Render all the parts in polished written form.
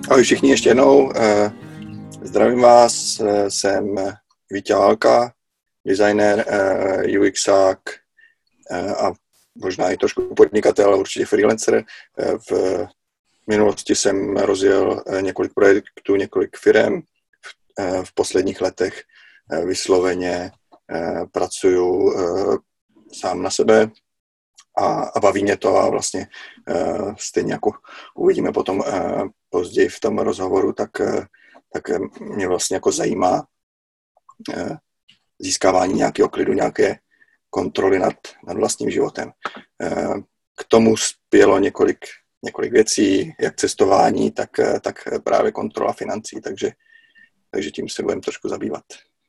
Ahoj všichni ještě jednou. Zdravím vás, jsem Vítě Válka, designer, UXák a možná i trošku podnikatel, ale určitě freelancer. V minulosti jsem rozjel několik projektů, několik firem. V posledních letech vysloveně pracuju sám na sebe a baví mě to a vlastně stejně jako uvidíme potom později v tom rozhovoru, tak mě vlastně jako zajímá získávání nějakého klidu, nějaké kontroly nad vlastním životem. K tomu spělo několik věcí, jak cestování, tak právě kontrola financí, takže tím se budeme trošku zabývat.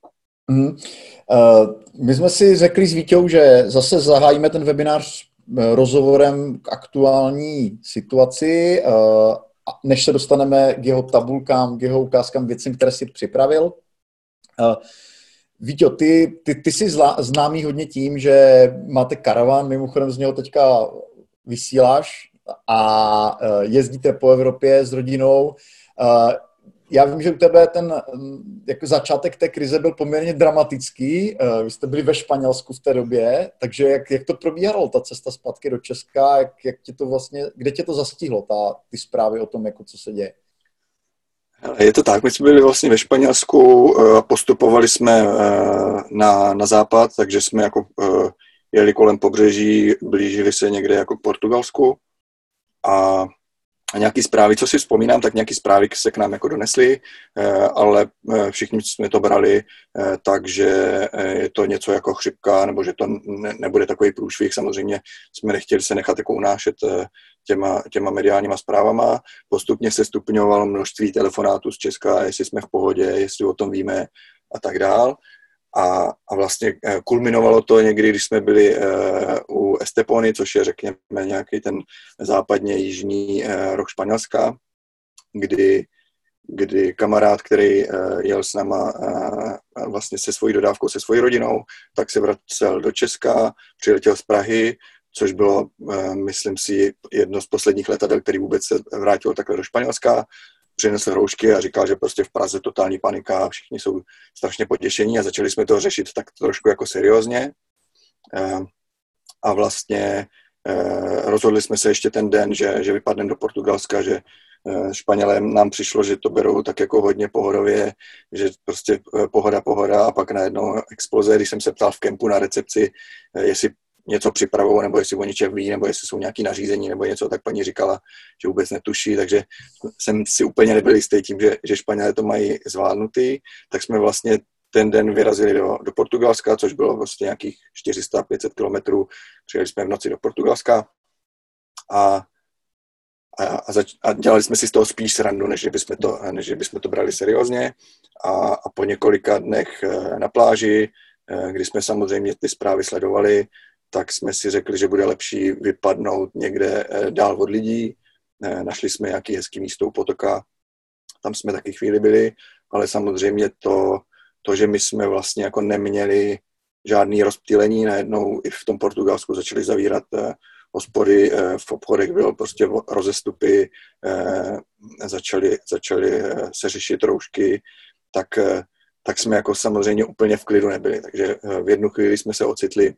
My jsme si řekli s Víťou, že zase zahájíme ten webinář rozhovorem k aktuální situaci, než se dostaneme k jeho tabulkám, k jeho ukázkám věcem, které si připravil. Víťo, ty jsi známý hodně tím, že máte karavan, mimochodem z něho teďka vysíláš a jezdíte po Evropě s rodinou. Já vím, že u tebe ten jako začátek té krize byl poměrně dramatický. Vy jste byli ve Španělsku v té době, takže jak to probíhalo, ta cesta zpátky do Česka, jak tě to vlastně, kde tě to zastihlo, ty zprávy o tom, jako co se děje? Je to tak, my jsme byli vlastně ve Španělsku, postupovali jsme na západ, takže jsme jako jeli kolem pobřeží, blížili se někde jako k Portugalsku a nějaký zprávy, co si vzpomínám, tak nějaký zprávy se k nám jako donesly, ale všichni jsme to brali, takže je to něco jako chřipka, nebo že to nebude takový průšvih. Samozřejmě jsme nechtěli se nechat jako unášet těma mediálníma zprávama. Postupně se stupňovalo množství telefonátů z Česka, jestli jsme v pohodě, jestli o tom víme a tak dál. A vlastně kulminovalo to někdy, když jsme byli u Estepony, což je, řekněme, nějaký ten západně jižní roh Španělska, kdy kamarád, který jel s náma vlastně se svojí dodávkou, se svojí rodinou, tak se vracel do Česka, přiletěl z Prahy, což bylo, myslím si, jedno z posledních letadel, který vůbec se vrátil takhle do Španělska. Přinesl roušky a říkal, že prostě v Praze totální panika, všichni jsou strašně potěšení a začali jsme to řešit tak trošku jako seriózně. A vlastně rozhodli jsme se ještě ten den, že vypadneme do Portugalska, že Španělé nám přišlo, že to berou tak jako hodně pohodově, že prostě pohoda a pak najednou exploze, když jsem se ptal v kempu na recepci, jestli něco připravou, nebo jestli o něčem ví, nebo jestli jsou nějaké nařízení, nebo něco, tak paní říkala, že vůbec netuší, takže jsem si úplně nebyl jistý tím, že Španělé to mají zvládnutý, tak jsme vlastně ten den vyrazili do Portugalska, což bylo vlastně nějakých 400-500 kilometrů, přijeli jsme v noci do Portugalska a dělali jsme si z toho spíš srandu, než bychom to brali seriózně a po několika dnech na pláži, kdy jsme samozřejmě ty zprávy sledovali, tak jsme si řekli, že bude lepší vypadnout někde dál od lidí. Našli jsme nějaký hezký místo u potoka, tam jsme taky chvíli byli, ale samozřejmě to, že my jsme vlastně jako neměli žádný rozptýlení, najednou i v tom Portugalsku začali zavírat hospody, v obchodech bylo prostě rozestupy, začali se řešit roušky, tak jsme jako samozřejmě úplně v klidu nebyli. Takže v jednu chvíli jsme se ocitli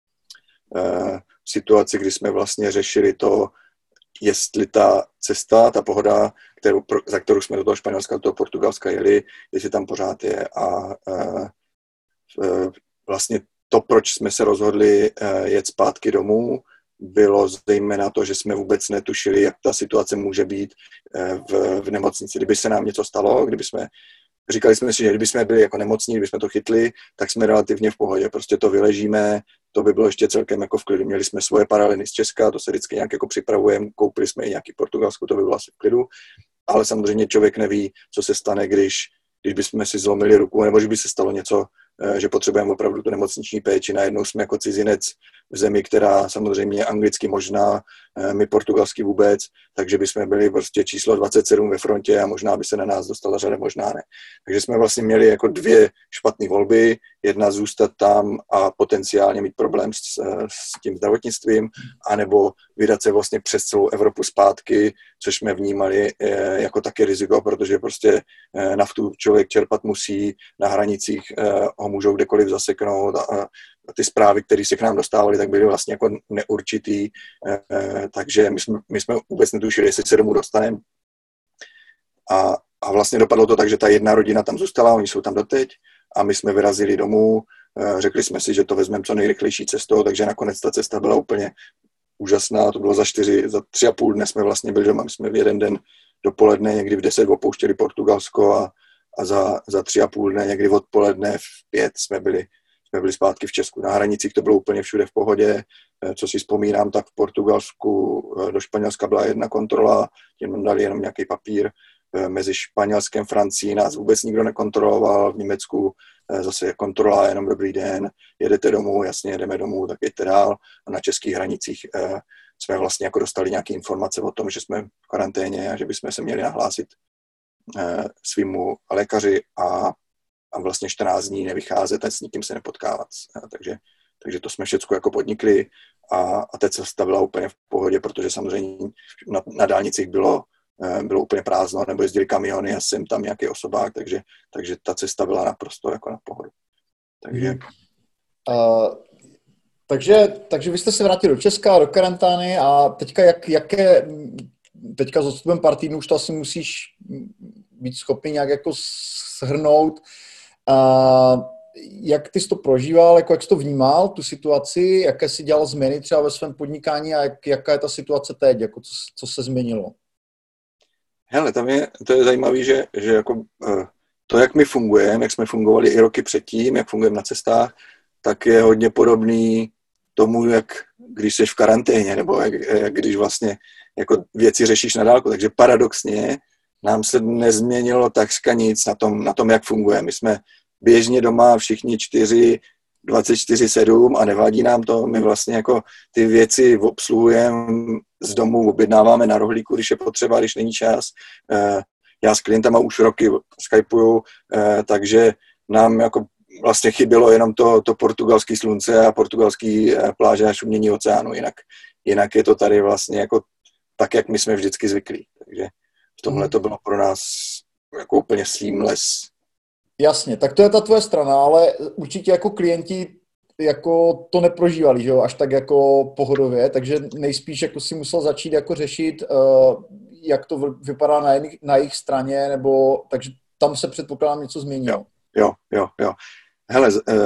v situaci, kdy jsme vlastně řešili to, jestli ta cesta, ta pohoda, za kterou jsme do toho Španělska, do toho Portugalska jeli, jestli tam pořád je a vlastně to, proč jsme se rozhodli jet zpátky domů, bylo zejména to, že jsme vůbec netušili, jak ta situace může být v nemocnici. Kdyby se nám něco stalo, říkali jsme si, že kdyby jsme byli jako nemocní, kdyby jsme to chytli, tak jsme relativně v pohodě. Prostě to vyležíme, to by bylo ještě celkem jako v klidu. Měli jsme svoje paralely z Česka, to se vždycky nějak jako připravujeme, koupili jsme i nějaký Portugalsku, to by bylo asi v klidu. Ale samozřejmě člověk neví, co se stane, když bychom si zlomili ruku, nebo že by se stalo něco že potřebujeme opravdu tu nemocniční péči. Najednou jsme jako cizinec v zemi, která samozřejmě je anglicky možná, my portugalsky vůbec, takže bychom byli prostě číslo 27 ve frontě a možná by se na nás dostala řada, možná ne. Takže jsme vlastně měli jako dvě špatné volby, jedna zůstat tam a potenciálně mít problém s tím zdravotnictvím, anebo vydat se vlastně přes celou Evropu zpátky, což jsme vnímali jako taky riziko, protože prostě naftu člověk čerpat musí, na hranicích ho můžou kdekoliv zaseknout a ty zprávy, které se k nám dostávaly, tak byly vlastně jako neurčitý, takže my jsme vůbec netušili, jestli se domů dostaneme. A vlastně dopadlo to tak, že ta jedna rodina tam zůstala, oni jsou tam doteď a my jsme vyrazili domů, řekli jsme si, že to vezmeme co nejrychlejší cestou, takže nakonec ta cesta byla úplně úžasná, to bylo za 3,5 dne jsme vlastně byli doma, my jsme v jeden den dopoledne, někdy v 10 opouštěli Portugalsko a za 3,5 dne, někdy odpoledne v 5 jsme byli zpátky v Česku. Na hranicích to bylo úplně všude v pohodě. Co si vzpomínám, tak v Portugalsku do Španělska byla jedna kontrola, těm dali jenom nějaký papír. Mezi Španělskem a Francií nás vůbec nikdo nekontroloval. V Německu zase kontrola, jenom dobrý den, jedete domů, jasně, jedeme domů, tak jeďte dál. A na českých hranicích jsme vlastně jako dostali nějaké informace o tom, že jsme v karanténě a že bychom se měli nahlásit svýmu lékaři a vlastně 14 dní nevycházet a s nikým se nepotkávat. Takže to jsme všechno jako podnikli a teď cesta byla úplně v pohodě, protože samozřejmě na dálnicích bylo úplně prázdno, nebo jezdili kamiony a jsem tam nějaký osobák, takže ta cesta byla naprosto jako na pohodu. Takže vy jste se vrátili do Česka, do karantény a teďka s odstupem pár týdnů už to asi musíš být schopný nějak jako shrnout. Jak ty jsi to prožíval, jak jsi to vnímal, tu situaci, jaké jsi dělal změny třeba ve svém podnikání a jaká je ta situace teď, jako co se změnilo? Hele, to je zajímavé, že jako to, jak my fungujeme, jak jsme fungovali i roky předtím, jak fungujeme na cestách, tak je hodně podobný tomu, jak když jsi v karanténě, nebo jak když vlastně jako věci řešíš na dálku. Takže paradoxně nám se nezměnilo takřka nic na tom, jak fungujeme. My jsme běžně doma všichni 24/7 a nevadí nám to. My vlastně jako ty věci obsluhujeme z domu, objednáváme na rohlíku, když je potřeba, když není čas. Já s klientama už roky skypuju, takže nám jako vlastně chybělo jenom to portugalský slunce a portugalský pláže a šumění oceánu. Jinak je to tady vlastně jako tak, jak my jsme vždycky zvyklí. Takže v tomhle to bylo pro nás jako úplně seamless. Jasně, tak to je ta tvoje strana, ale určitě jako klienti jako to neprožívali, že jo, až tak jako pohodově, takže nejspíš jako si musel začít jako řešit, jak to vypadá na jejich straně, nebo takže tam se předpokládám něco změnilo. Jo. Hele,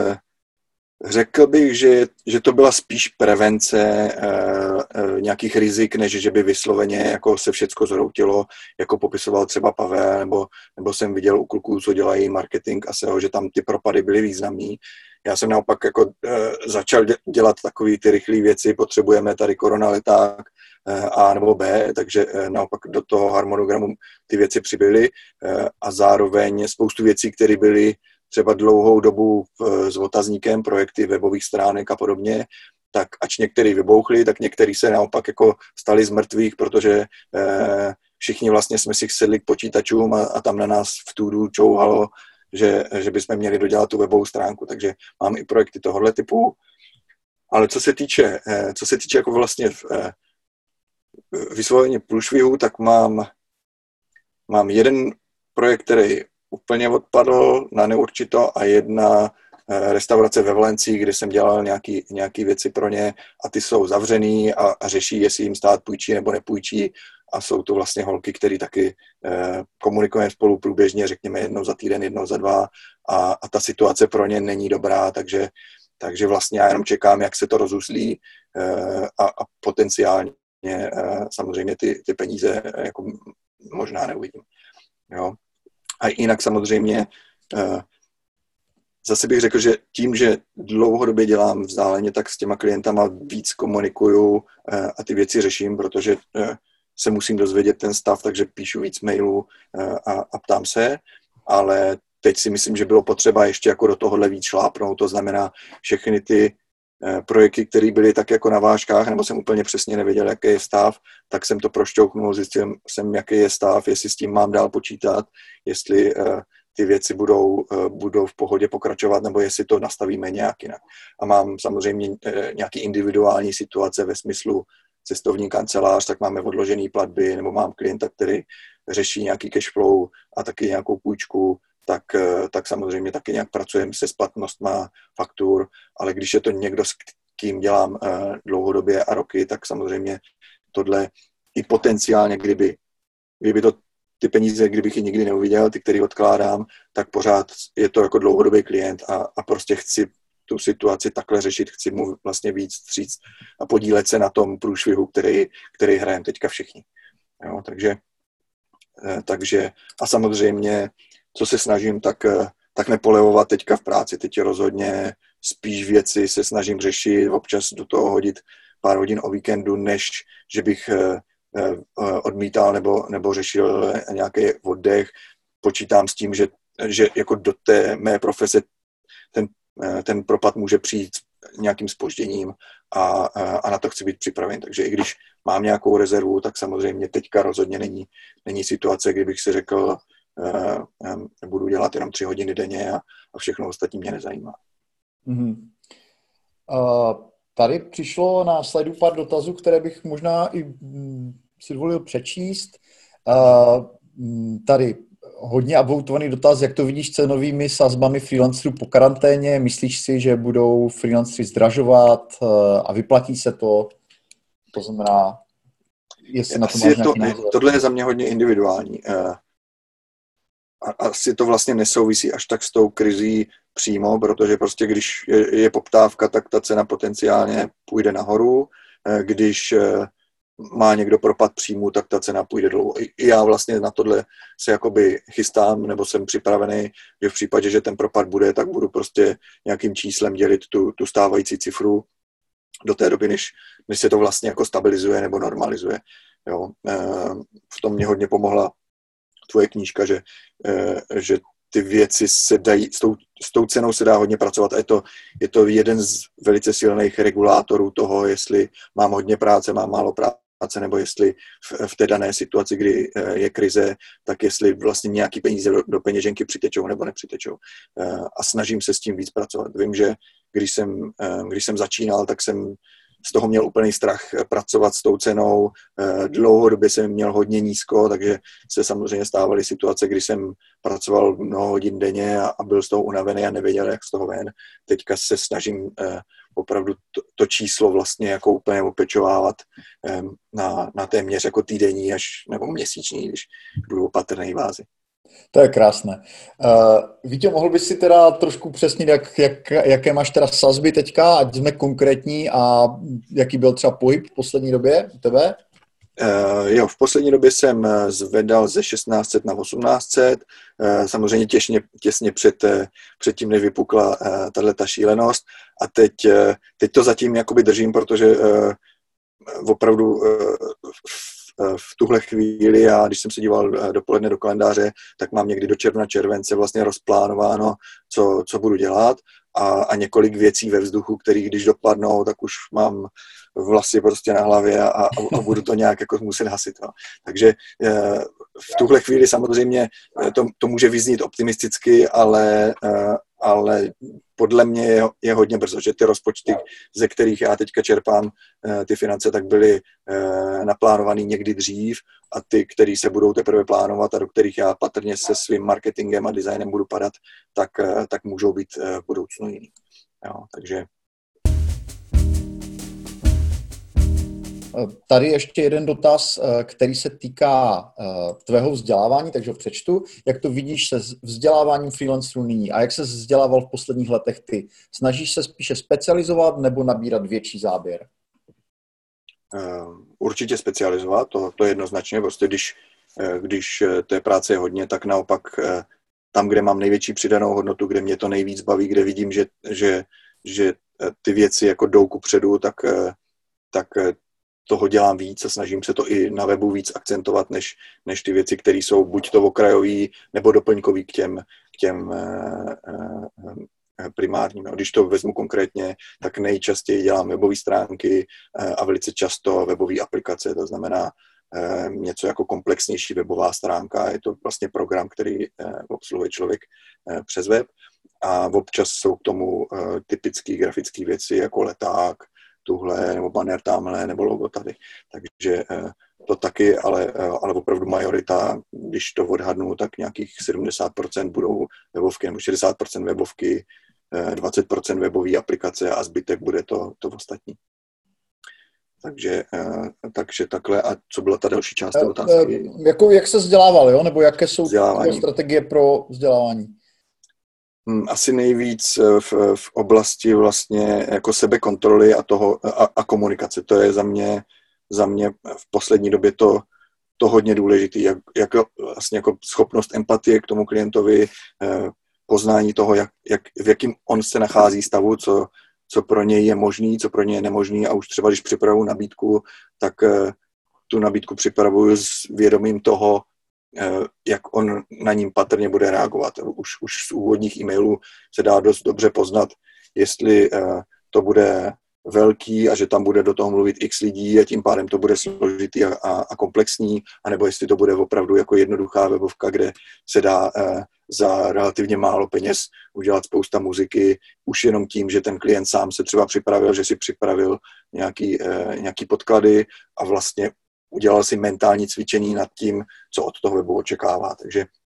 řekl bych, že to byla spíš prevence nějakých rizik, než že by vysloveně jako se všecko zhroutilo, jako popisoval třeba Pavel, nebo jsem viděl u kluků, co dělají marketing a SEO, že tam ty propady byly významný. Já jsem naopak jako začal dělat takové ty rychlé věci, potřebujeme tady koronaleták A nebo B, takže naopak do toho harmonogramu ty věci přibyly a zároveň spoustu věcí, které byly třeba dlouhou dobu s otazníkem, projekty webových stránek a podobně, tak ač některý vybouchli, tak některý se naopak jako stali z mrtvých, protože všichni vlastně jsme si sedli k počítačům a tam na nás v Tudu čouhalo, že bychom měli dodělat tu webovou stránku, takže mám i projekty tohohle typu. Ale co se týče jako vlastně vyslovení průšvihu, tak mám jeden projekt, který úplně odpadl na neurčito a jedna restaurace ve Valencii, kde jsem dělal nějaký věci pro ně a ty jsou zavřený a řeší, jestli jim stát půjčí nebo nepůjčí a jsou to vlastně holky, které taky komunikujeme spolu průběžně, řekněme jednou za týden, jednou za dva a ta situace pro ně není dobrá, takže vlastně já jenom čekám, jak se to rozuzlí a potenciálně samozřejmě ty peníze jako možná neuvidím. Jo. A jinak samozřejmě zase bych řekl, že tím, že dlouhodobě dělám vzdáleně, tak s těma klientama víc komunikuju a ty věci řeším, protože se musím dozvědět ten stav, takže píšu víc mailů a ptám se, ale teď si myslím, že bylo potřeba ještě jako do tohohle víc šlápnout, to znamená všechny ty projekty, které byly tak jako na vážkách, nebo jsem úplně přesně nevěděl, jaký je stav, tak jsem to prošťouchnul, zjistil jsem, jaký je stav, jestli s tím mám dál počítat, jestli ty věci budou v pohodě pokračovat, nebo jestli to nastavíme nějak jinak. A mám samozřejmě nějaký individuální situace ve smyslu cestovní kancelář, tak máme odložené platby, nebo mám klienta, který řeší nějaký cash flow a taky nějakou půjčku, tak samozřejmě taky nějak pracujeme se splatnostma faktur, ale když je to někdo, s kým dělám dlouhodobě a roky, tak samozřejmě tohle i potenciálně, kdyby to ty peníze, kdybych je nikdy neuviděl, ty, který odkládám, tak pořád je to jako dlouhodobý klient a prostě chci tu situaci takhle řešit, chci mu vlastně víc stříct a podílet se na tom průšvihu, který hrajeme teďka všichni. Jo, takže a samozřejmě, co se snažím, tak nepolevovat teďka v práci. Teď rozhodně spíš věci se snažím řešit, občas do toho hodit pár hodin o víkendu, než že bych odmítal nebo řešil nějaký oddech. Počítám s tím, že jako do té mé profese ten propad může přijít nějakým zpožděním a na to chci být připraven. Takže i když mám nějakou rezervu, tak samozřejmě teďka rozhodně není situace, kdybych si řekl, budu dělat jenom 3 hodiny denně a všechno ostatní mě nezajímá. Mm-hmm. Tady přišlo na slajdu pár dotazů, které bych možná i si dovolil přečíst. Tady hodně aboutovaný dotaz, jak to vidíš s cenovými sazbami freelancerů po karanténě? Myslíš si, že budou freelanceri zdražovat a vyplatí se to? To znamená, jestli na to máš nějaký názor. Tohle je za mě hodně individuální. Asi to vlastně nesouvisí až tak s tou krizí přímo, protože prostě když je poptávka, tak ta cena potenciálně půjde nahoru. Když má někdo propad příjmu, tak ta cena půjde dolů. I já vlastně na tohle se jakoby chystám, nebo jsem připravený, že v případě, že ten propad bude, tak budu prostě nějakým číslem dělit tu stávající cifru do té doby, než se to vlastně jako stabilizuje nebo normalizuje. Jo. V tom mě hodně pomohla tvoje knížka, že ty věci se dají, s tou cenou se dá hodně pracovat a je to jeden z velice silných regulátorů toho, jestli mám hodně práce, mám málo práce, nebo jestli v té dané situaci, kdy je krize, tak jestli vlastně nějaký peníze do peněženky přitečou nebo nepřitečou. A snažím se s tím víc pracovat. Vím, že když jsem začínal, tak jsem z toho měl úplný strach pracovat s tou cenou. Dlouhodobě jsem měl hodně nízko, takže se samozřejmě stávaly situace, kdy jsem pracoval mnoho hodin denně a byl z toho unavený a nevěděl, jak z toho ven. Teďka se snažím opravdu to číslo vlastně jako úplně opečovávat na téměř jako týdenní až nebo měsíční, když budu opatrnej vázy. To je krásné. Vítě, mohl bys si teda trošku upřesnit, jaké máš teda sazby teďka, ať jsme konkrétní a jaký byl třeba pohyb v poslední době u tebe? Jo, v poslední době jsem zvedal ze 1600 na 1800, samozřejmě těsně před tím, než vypukla tato šílenost a teď to zatím jakoby držím, protože opravdu v tuhle chvíli a když jsem se díval dopoledne do kalendáře, tak mám někdy do června, července vlastně rozplánováno, co budu dělat a několik věcí ve vzduchu, které když dopadnou, tak už mám vlasy prostě na hlavě a budu to nějak jako muset hasit. No. Takže v tuhle chvíli samozřejmě to může vyznít optimisticky, ale podle mě je hodně brzo, že ty rozpočty, ze kterých já teďka čerpám ty finance, tak byly naplánovaný někdy dřív a ty, které se budou teprve plánovat a do kterých já patrně se svým marketingem a designem budu padat, tak můžou být v budoucnu jiný. Jo, takže Tady ještě jeden dotaz, který se týká tvého vzdělávání, takže ho přečtu. Jak to vidíš se vzděláváním freelancerů nyní a jak se vzdělával v posledních letech ty? Snažíš se spíše specializovat nebo nabírat větší záběr? Určitě specializovat, to je jednoznačně. Prostě když té práce je hodně, tak naopak tam, kde mám největší přidanou hodnotu, kde mě to nejvíc baví, kde vidím, že ty věci jako jdou kupředu, tak toho dělám víc a snažím se to i na webu víc akcentovat, než ty věci, které jsou buď to okrajový, nebo doplňkový k těm primárním. Když to vezmu konkrétně, tak nejčastěji dělám webové stránky a velice často webové aplikace, to znamená něco jako komplexnější webová stránka. Je to vlastně program, který obsluhuje člověk přes web a občas jsou k tomu typické grafické věci jako leták, tuhle, nebo banner tamhle, nebo logo tady. Takže to taky, ale opravdu majorita, když to odhadnu, tak nějakých 70% budou webovky, nebo 60% webovky, 20% webové aplikace a zbytek bude to ostatní. Takže takhle. A co byla ta další část té otázky? Jak se vzdělával, jo? Nebo jaké jsou strategie pro vzdělávání? Asi nejvíc v oblasti vlastně jako sebekontroly a komunikace. To je za mě v poslední době to hodně důležité. Jak vlastně jako schopnost empatie k tomu klientovi, poznání toho, v jakým on se nachází stavu, co pro něj je možný, co pro něj je nemožný a už třeba, když připravuju nabídku, tak tu nabídku připravuju s vědomím toho, jak on na ním patrně bude reagovat. Už z úvodních e-mailů se dá dost dobře poznat, jestli to bude velký a že tam bude do toho mluvit x lidí a tím pádem to bude složitý a komplexní, anebo jestli to bude opravdu jako jednoduchá webovka, kde se dá za relativně málo peněz udělat spousta muziky, už jenom tím, že ten klient sám se třeba připravil, že si připravil nějaký podklady a vlastně udělal si mentální cvičení nad tím, co od toho webu očekává.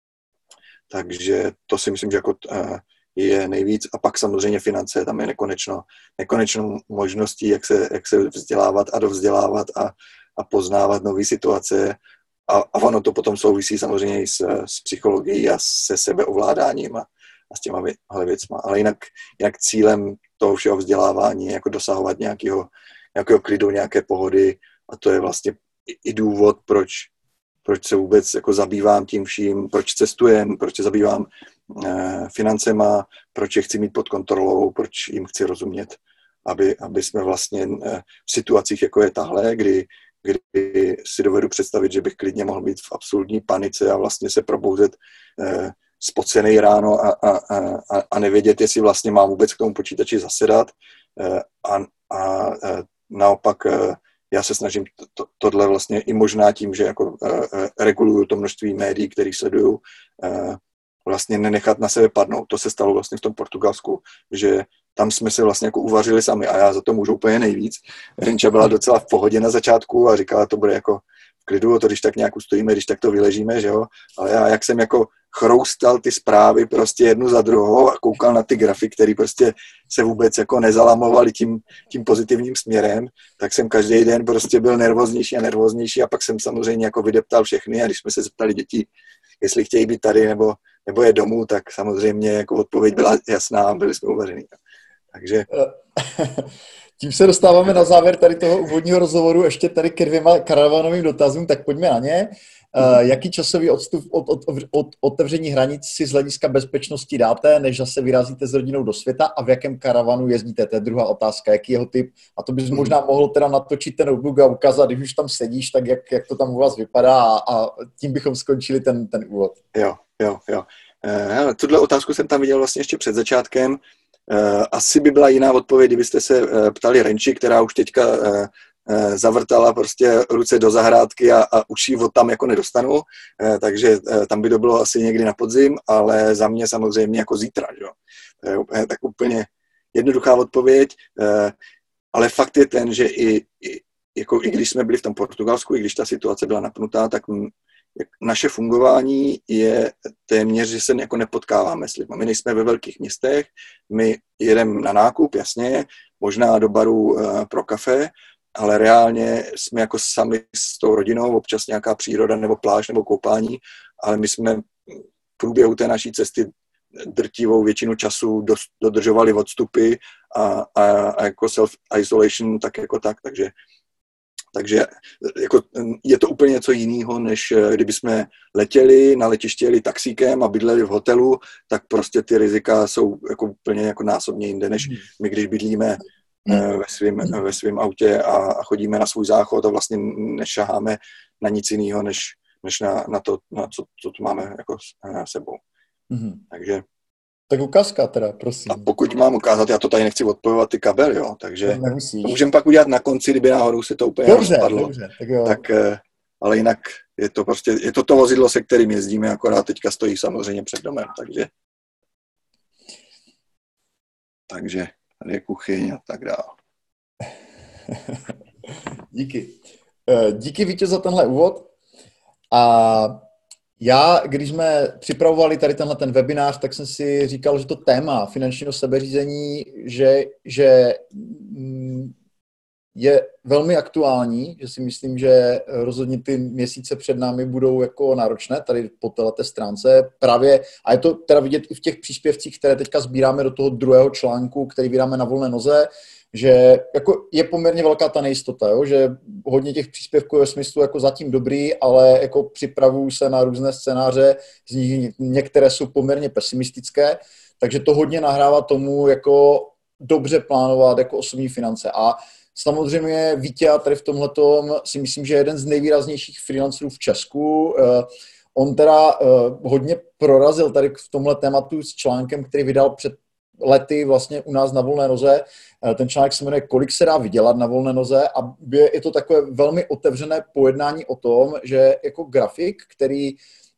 Takže to si myslím, že jako je nejvíc. A pak samozřejmě finance, tam je nekonečno možností, jak se vzdělávat a dovzdělávat a poznávat nové situace. A ono to potom souvisí samozřejmě i s psychologií a se sebeovládáním a s těma věcma. Ale jinak cílem toho všeho vzdělávání je jako dosahovat nějakého klidu, nějaké pohody a to je vlastně i důvod, proč se vůbec jako zabývám tím vším, proč cestujem, proč se zabývám financema, proč je chci mít pod kontrolou, proč jim chci rozumět, aby jsme vlastně v situacích, jako je tahle, kdy si dovedu představit, že bych klidně mohl být v absolutní panice a vlastně se probouzet spocenej ráno a nevědět, jestli vlastně mám vůbec k tomu počítači zasedat a naopak já se snažím tohle vlastně i možná tím, že jako reguluju to množství médií, který sleduju, vlastně nenechat na sebe padnout. To se stalo vlastně v tom Portugalsku, že tam jsme se vlastně jako uvařili sami a já za to můžu úplně nejvíc. Renča byla docela v pohodě na začátku a říkala, to bude jako v klidu, to když tak nějak ustojíme, když tak to vyležíme, že jo. Ale já, jak jsem jako chroustal ty zprávy prostě jednu za druhou a koukal na ty grafy, které prostě se vůbec jako nezalamovaly tím pozitivním směrem, tak jsem každý den prostě byl nervóznější a pak jsem samozřejmě jako vydeptal všechny a když jsme se zeptali dětí, jestli chtějí být tady nebo je domů, tak samozřejmě jako odpověď byla jasná a byli jsme uvaření. Takže... Tím se dostáváme na závěr tady toho úvodního rozhovoru, ještě tady ke 2 karavanovým dotazům, tak pojďme na ně. Jaký časový odstup od otevření hranic si z hlediska bezpečnosti dáte, než zase vyrazíte s rodinou do světa a v jakém karavanu jezdíte? To je druhá otázka. Jaký jeho typ? A to bys možná mohl teda natočit ten notebook a ukázat, když už tam sedíš, tak jak to tam u vás vypadá a tím bychom skončili ten úvod. Jo. Tuhle otázku jsem tam viděl vlastně ještě před začátkem. Asi by byla jiná odpověď, kdybyste se ptali Renči, která už teďka zavrtala prostě ruce do zahrádky a už ji od tam jako nedostanu, takže tam by to bylo asi někdy na podzim, ale za mě samozřejmě jako zítra, jo. To je úplně, tak úplně jednoduchá odpověď, ale fakt je ten, že i když jsme byli v tom Portugalsku, i když ta situace byla napnutá, tak naše fungování je téměř, že se jako nepotkáváme s lidmi. My nejsme ve velkých městech, my jedeme na nákup, jasně, možná do baru pro kafe, ale reálně jsme jako sami s tou rodinou, občas nějaká příroda nebo pláž nebo koupání, ale my jsme v průběhu té naší cesty drtivou většinu času dodržovali odstupy a jako self-isolation tak jako tak, takže jako je to úplně něco jiného, než kdyby jsme letěli, na letiště jeli taxíkem a bydleli v hotelu, tak prostě ty rizika jsou jako úplně jako násobně jinde, než my, když bydlíme ve svém autě a chodíme na svůj záchod a vlastně nešaháme na nic jiného, než na to, co tu máme jako sebou. Takže tak ukázka teda, prosím. A pokud mám ukázat, já to tady nechci odpojovat ty kabely, jo, takže to můžeme pak udělat na konci, kdyby náhodou se to úplně rozpadlo. Dobře, tak jo. Tak, ale jinak je to vozidlo, se kterým jezdíme, akorát teďka stojí samozřejmě před domem, takže tady je kuchyň a tak dále. Díky. Díky, Víťo, za tenhle úvod. A já, když jsme připravovali tady ten webinář, tak jsem si říkal, že to téma finančního sebeřízení, že je velmi aktuální, že si myslím, že rozhodně ty měsíce před námi budou jako náročné tady po této stránce. Právě, a je to teda vidět i v těch příspěvcích, které teďka sbíráme do toho druhého článku, který vydáme na volné noze, že jako je poměrně velká ta nejistota, jo? Že hodně těch příspěvků je ve smyslu jako zatím dobrý, ale jako připravují se na různé scénáře, z nich některé jsou poměrně pesimistické, takže to hodně nahrává tomu jako dobře plánovat jako osobní finance. A samozřejmě Vítě tady v tomhletom si myslím, že je jeden z nejvýraznějších freelancerů v Česku. On teda hodně prorazil tady v tomhle tématu s článkem, který vydal před lety vlastně u nás na volné noze. Ten článek se jmenuje Kolik se dá vydělat na volné noze a je to takové velmi otevřené pojednání o tom, že jako grafik, který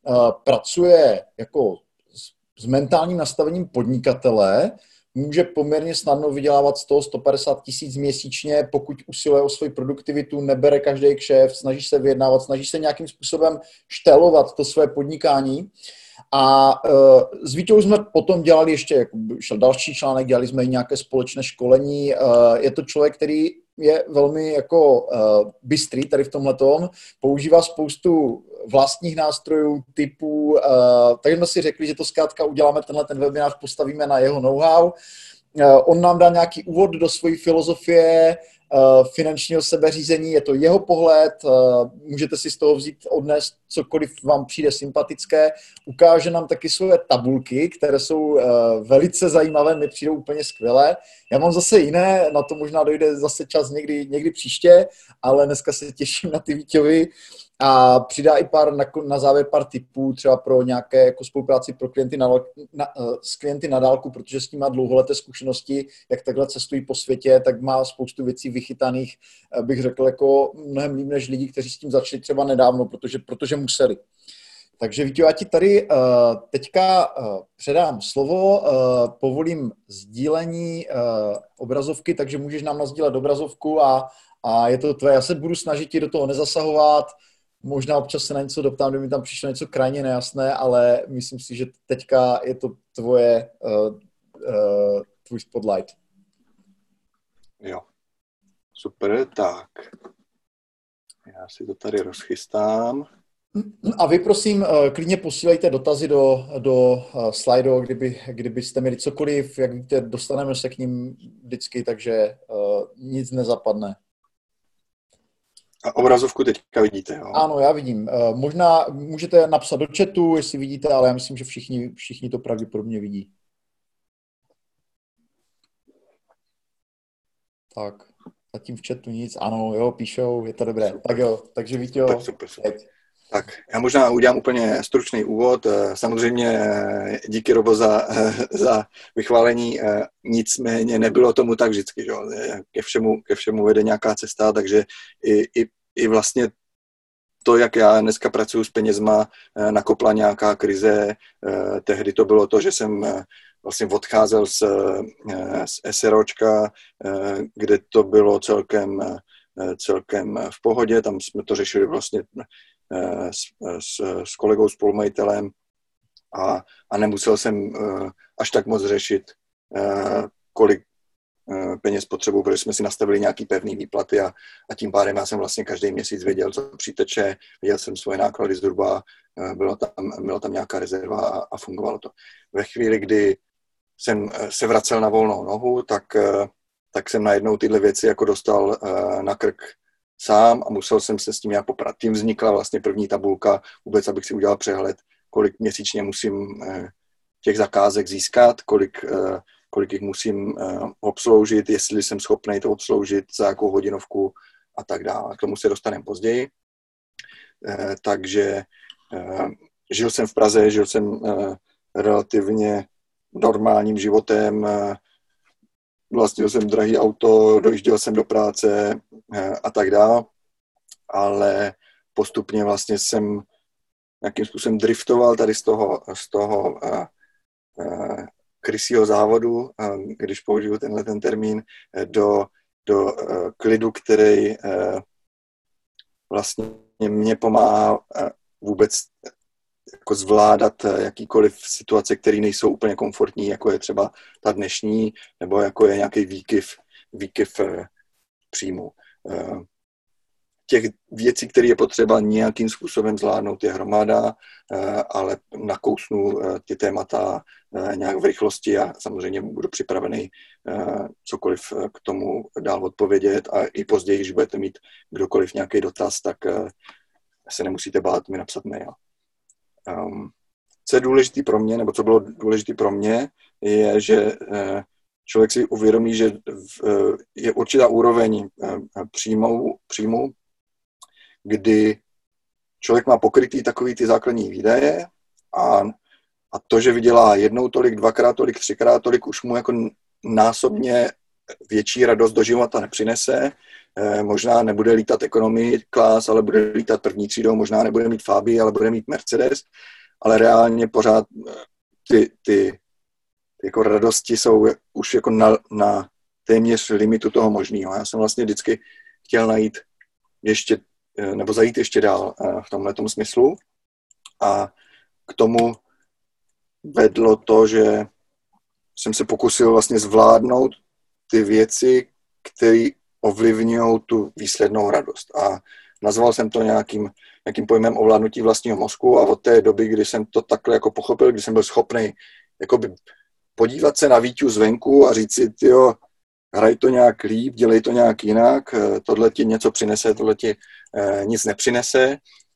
pracuje jako s mentálním nastavením podnikatele, může poměrně snadno vydělávat 100-150 tisíc měsíčně, pokud usiluje o svoji produktivitu, nebere každý kšeft, snaží se vyjednávat, snaží se nějakým způsobem štelovat to své podnikání. A s Vítou jsme potom dělali ještě šel další článek, dělali jsme i nějaké společné školení. Je to člověk, který je velmi jako bystrý tady v tomhletom, používá spoustu vlastních nástrojů typů, takže jsme si řekli, že to zkrátka uděláme ten webinář, postavíme na jeho know-how. On nám dá nějaký úvod do své filozofie finančního sebeřízení, je to jeho pohled, můžete si z toho vzít odnést cokoliv vám přijde sympatické, ukáže nám taky svoje tabulky, které jsou velice zajímavé, mi přijdou úplně skvělé. Já mám zase jiné, na to možná dojde zase čas někdy příště, ale dneska se těším na ty Víťovi a přidá i na závěr pár tipů třeba pro nějaké jako spolupráci pro klienty s klienty na dálku, protože s tím má dlouholeté zkušenosti, jak takhle cestují po světě, tak má spoustu věcí vychytaných, bych řekl, jako mnohem líp než lidi, kteří s tím začali třeba nedávno, protože museli. Takže Víťo, já ti tady teďka předám slovo, povolím sdílení obrazovky, takže můžeš nám nasdílet obrazovku a je to tvé. Já se budu snažit ti do toho nezasahovat, možná občas se na něco doptám, kdyby mi tam přišlo něco krajně nejasné, ale myslím si, že teďka je to tvůj spotlight. Jo, super, tak. Já si to tady rozchystám. A vy prosím, klidně posílejte dotazy do Slido, kdybyste měli cokoliv, jak víte, dostaneme se k ním vždycky, takže nic nezapadne. A obrazovku teďka vidíte, jo? Ano, já vidím. Možná můžete napsat do chatu, jestli vidíte, ale já myslím, že všichni to pravděpodobně vidí. Tak, zatím v chatu nic. Ano, jo, píšou, je to dobré. Super. Tak jo, takže Víťo. Tak super. Tak, já možná udělám úplně stručný úvod. Samozřejmě díky, Robo, za vychválení. Nicméně nebylo tomu tak vždycky. Že? Ke všemu vede nějaká cesta, takže i vlastně to, jak já dneska pracuji s penězma, nakopla nějaká krize. Tehdy to bylo to, že jsem vlastně odcházel z SROčka, kde to bylo celkem v pohodě. Tam jsme to řešili vlastně s kolegou spolumajitelem a nemusel jsem až tak moc řešit, kolik peněz potřebuji, protože jsme si nastavili nějaký pevný výplaty a tím pádem já jsem vlastně každý měsíc věděl, co přiteče, věděl jsem svoje náklady zhruba, byla tam nějaká rezerva a fungovalo to. Ve chvíli, kdy jsem se vracel na volnou nohu, tak jsem najednou tyhle věci jako dostal na krk sám a musel jsem se s tím nějak poprat. Tím vznikla vlastně první tabulka, vůbec abych si udělal přehled, kolik měsíčně musím těch zakázek získat, kolik kolik jich musím obsloužit, jestli jsem schopný to obsloužit, za jakou hodinovku a tak dále. K tomu se dostaneme později. Takže žil jsem v Praze, žil jsem relativně normálním životem, vlastnil jsem drahý auto, dojížděl jsem do práce a tak dále, ale postupně vlastně jsem nějakým způsobem driftoval tady z toho krysího závodu, když použiju ten termín, do klidu, který vlastně mě pomáhá vůbec jako zvládat jakýkoliv situace, které nejsou úplně komfortní, jako je třeba ta dnešní, nebo jako je nějaký výkyv příjmu. Těch věcí, které je potřeba nějakým způsobem zvládnout, je hromada, ale nakousnu ty témata nějak v rychlosti a samozřejmě budu připravený cokoliv k tomu dál odpovědět a i později, když budete mít kdokoliv nějaký dotaz, tak se nemusíte bát mi napsat mail. Co je důležité pro mě, nebo co bylo důležité pro mě, je, že člověk si uvědomí, že je určitá úroveň příjmu, kdy člověk má pokrytý takový ty základní výdaje a to, že vydělá jednou tolik, dvakrát tolik, třikrát tolik, už mu jako násobně větší radost do života nepřinese. Možná nebude lítat economy class, ale bude lítat první třídou, možná nebude mít Fabii, ale bude mít Mercedes, ale reálně pořád ty jako radosti jsou už jako na téměř limitu toho možného. Já jsem vlastně vždycky chtěl najít nebo zajít ještě dál v tomhletom smyslu a k tomu vedlo to, že jsem se pokusil vlastně zvládnout ty věci, které ovlivňují tu výslednou radost. A nazval jsem to nějakým pojmem ovládnutí vlastního mozku a od té doby, kdy jsem to takhle jako pochopil, kdy jsem byl schopný jakoby podívat se na Víťu zvenku a říct si, tyjo, hraj to nějak líp, dělej to nějak jinak, tohle ti něco přinese, tohle ti nic nepřinese,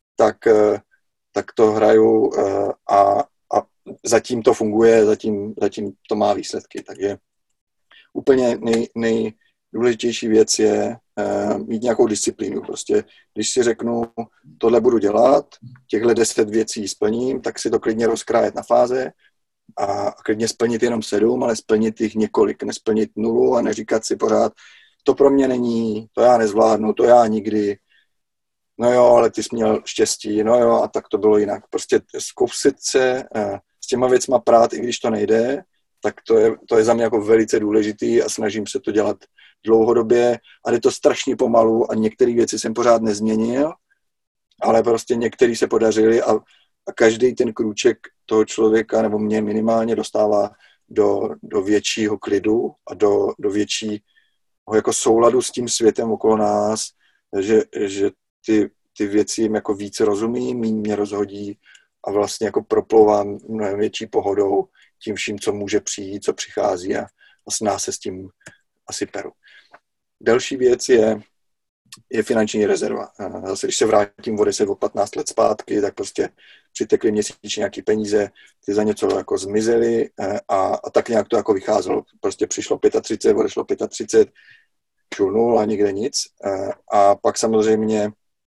tak to hraju a zatím to funguje, zatím to má výsledky. Takže úplně nejdůležitější věc je mít nějakou disciplínu. Prostě, když si řeknu, tohle budu dělat, těchto 10 věcí splním, tak si to klidně rozkrájet na fáze a klidně splnit jenom 7, ale splnit jich několik, nesplnit 0 a neříkat si pořád, to pro mě není, to já nezvládnu, to já nikdy, no jo, ale ty jsi měl štěstí, no jo, a tak to bylo jinak. Prostě zkusit se s těma věcma prát, i když to nejde, tak to je za mě jako velice důležitý a snažím se to dělat dlouhodobě a jde to strašně pomalu a některé věci jsem pořád nezměnil, ale prostě některé se podařily a každý ten krůček toho člověka, nebo mě minimálně dostává do většího klidu a do většího jako souladu s tím světem okolo nás, že ty věci jim jako víc rozumí, méně mě rozhodí a vlastně jako proplouvám mnohem větší pohodou tím vším, co může přijít, co přichází a s nás se s tím asi peru. Další věc je finanční rezerva. Zase, když se vrátím o 10, o 15 let zpátky, tak prostě přitekly měsíčně nějaké peníze, ty za něco jako zmizely a tak nějak to jako vycházelo. Prostě přišlo 35, odešlo 35, šul 0 a nikde nic. A pak samozřejmě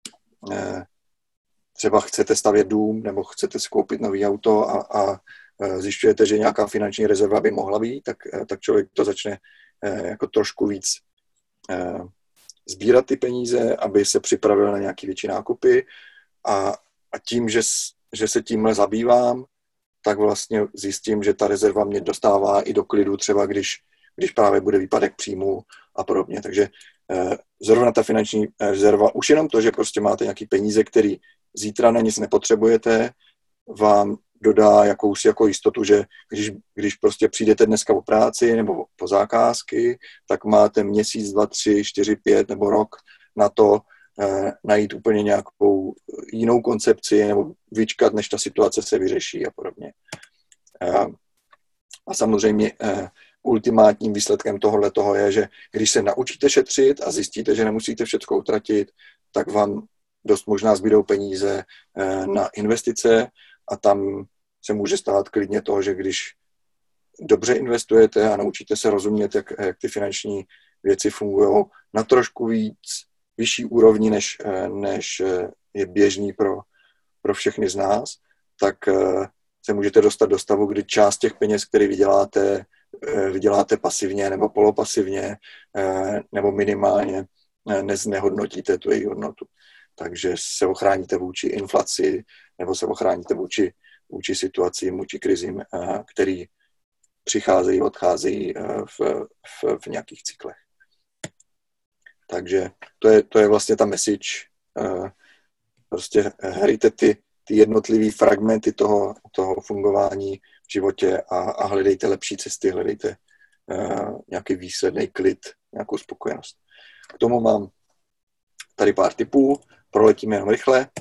třeba chcete stavět dům nebo chcete si koupit nový auto a zjišťujete, že nějaká finanční rezerva by mohla být, tak člověk to začne jako trošku víc sbírat ty peníze, aby se připravil na nějaký větší nákupy a tím, že se tímhle zabývám, tak vlastně zjistím, že ta rezerva mě dostává i do klidu, třeba když právě bude výpadek příjmu a podobně. Takže zrovna ta finanční rezerva, už jenom to, že prostě máte nějaký peníze, který zítra na nic nepotřebujete, vám dodá jakousi jako jistotu, že když prostě přijdete dneska o práci nebo po zakázky, tak máte měsíc, 2, 3, 4, 5 nebo rok na to najít úplně nějakou jinou koncepci nebo vyčkat, než ta situace se vyřeší a podobně. A samozřejmě ultimátním výsledkem tohoto je, že když se naučíte šetřit a zjistíte, že nemusíte všechno utratit, tak vám dost možná zbydou peníze na investice a tam se může stát klidně to, že když dobře investujete a naučíte se rozumět, jak ty finanční věci fungují na trošku vyšší úrovni, než je běžný pro všechny z nás, tak se můžete dostat do stavu, kdy část těch peněz, které vyděláte pasivně nebo polopasivně, nebo minimálně neznehodnotíte tu její hodnotu. Takže se ochráníte vůči inflaci nebo se ochráníte vůči situacím, vůči krizím, který přicházejí, odcházejí v nějakých cyklech. Takže to je vlastně ta message. Prostě hrajte ty jednotlivé fragmenty toho fungování v životě a hledejte lepší cesty, hledejte nějaký výsledný klid, nějakou spokojenost. K tomu mám tady pár tipů, proletíme jenom rychle.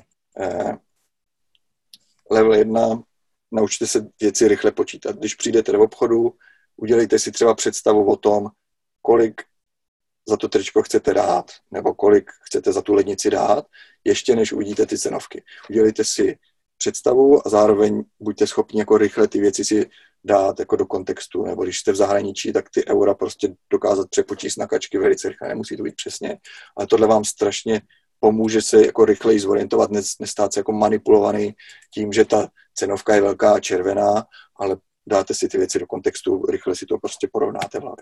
Level 1, naučte se věci rychle počítat. Když přijdete do obchodu, udělejte si třeba představu o tom, kolik za to tričko chcete dát, nebo kolik chcete za tu lednici dát, ještě než uvidíte ty cenovky. Udělejte si představu a zároveň buďte schopni jako rychle ty věci si dát jako do kontextu, nebo když jste v zahraničí, tak ty eura prostě dokázat přepočíst na kačky velice rychle, nemusí to být přesně, ale tohle vám strašně pomůže se jako rychleji zorientovat, nestát se jako manipulovaný tím, že ta cenovka je velká a červená, ale dáte si ty věci do kontextu, rychle si to prostě porovnáte v hlavě.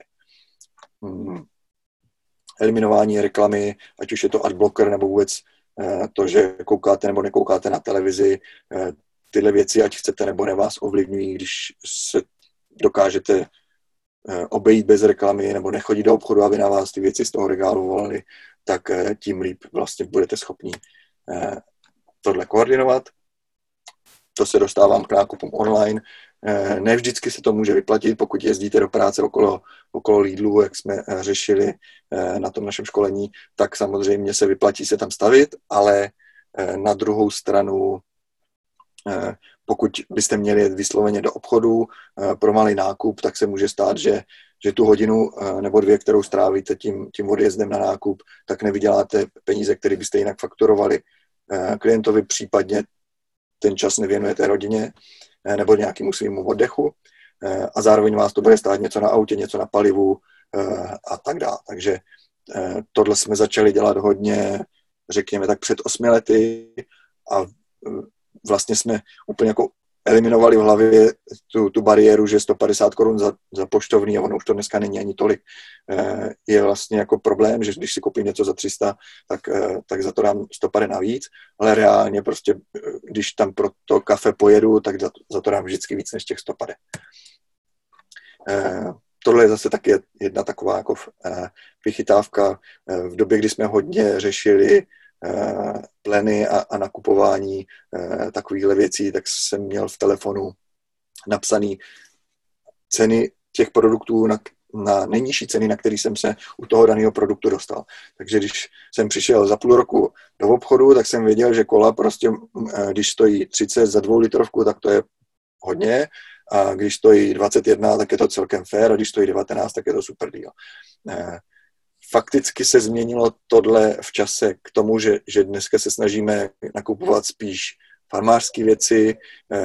Eliminování reklamy, ať už je to adblocker nebo vůbec to, že koukáte nebo nekoukáte na televizi, tyhle věci, ať chcete nebo ne, vás ovlivňují, když se dokážete obejít bez reklamy nebo nechodit do obchodu, aby na vás ty věci z toho regálu volaly, tak tím líp vlastně budete schopni tohle koordinovat. To se dostávám k nákupům online. Ne vždycky se to může vyplatit, pokud jezdíte do práce okolo Lidlu, jak jsme řešili na tom našem školení, tak samozřejmě se vyplatí se tam stavit, ale na druhou stranu, pokud byste měli jet vysloveně do obchodu pro malý nákup, tak se může stát, že tu hodinu nebo dvě, kterou strávíte tím odjezdem na nákup, tak nevyděláte peníze, které byste jinak fakturovali klientovi, případně ten čas nevěnujete rodině nebo nějakému svému oddechu a zároveň vás to bude stát něco na autě, něco na palivu a tak dále. Takže tohle jsme začali dělat hodně, řekněme tak před 8 lety a vlastně jsme úplně jako eliminovali v hlavě tu bariéru, že 150 korun za poštovný, a ono už to dneska není ani tolik, je vlastně jako problém, že když si koupím něco za 300, tak za to dám 150 navíc, ale reálně prostě, když tam pro to kafe pojedu, tak za to dám vždycky víc než těch 150. Tohle je zase taky jedna taková jako vychytávka. V době, kdy jsme hodně řešili pleny a nakupování takovýchhle věcí, tak jsem měl v telefonu napsaný ceny těch produktů na nejnižší ceny, na který jsem se u toho daného produktu dostal. Takže když jsem přišel za půl roku do obchodu, tak jsem věděl, že kola prostě, když stojí 30 za 2 litrovku, tak to je hodně, a když stojí 21, tak je to celkem fair, a když stojí 19, tak je to super deal. Fakticky se změnilo tohle v čase k tomu, že dneska se snažíme nakupovat spíš farmářské věci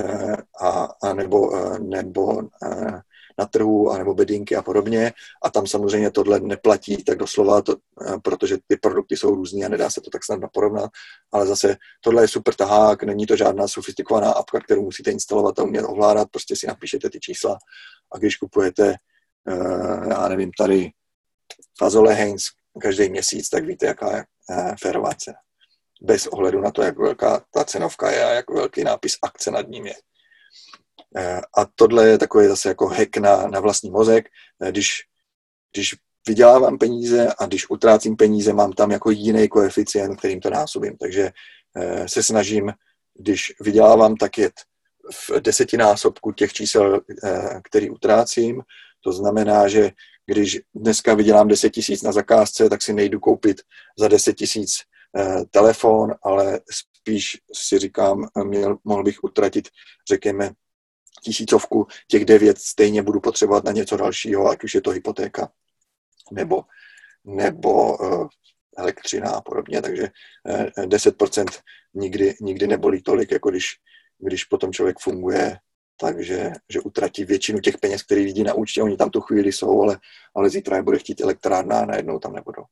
nebo na trhu, anebo bedinky a podobně. A tam samozřejmě tohle neplatí tak doslova, protože ty produkty jsou různý a nedá se to tak snadno porovnat. Ale zase tohle je super tahák, není to žádná sofistikovaná apka, kterou musíte instalovat a umět ovládat, prostě si napíšete ty čísla a když kupujete, já nevím, tady fazole Heinz každý měsíc, tak víte, jaká je férová cena. Bez ohledu na to, jak velká ta cenovka je a jak velký nápis akce nad ním je. A tohle je takový zase jako hack na vlastní mozek. Když vydělávám peníze a když utrácím peníze, mám tam jako jiný koeficient, kterým to násobím. Takže se snažím, když vydělávám, tak jet v 10násobku těch čísel, který utrácím. To znamená, že když dneska vydělám 10 000 na zakázce, tak si nejdu koupit za 10 000 telefon, ale spíš si říkám, mohl bych utratit, řekněme, 1000, těch 9 stejně budu potřebovat na něco dalšího, ať už je to hypotéka nebo elektřina a podobně, takže 10% nikdy nebolí tolik, jako když potom člověk funguje takže že utratí většinu těch peněz, které vidí na účtě, oni tam tu chvíli jsou, ale zítra je bude chtít elektrárna a najednou tam nebudou.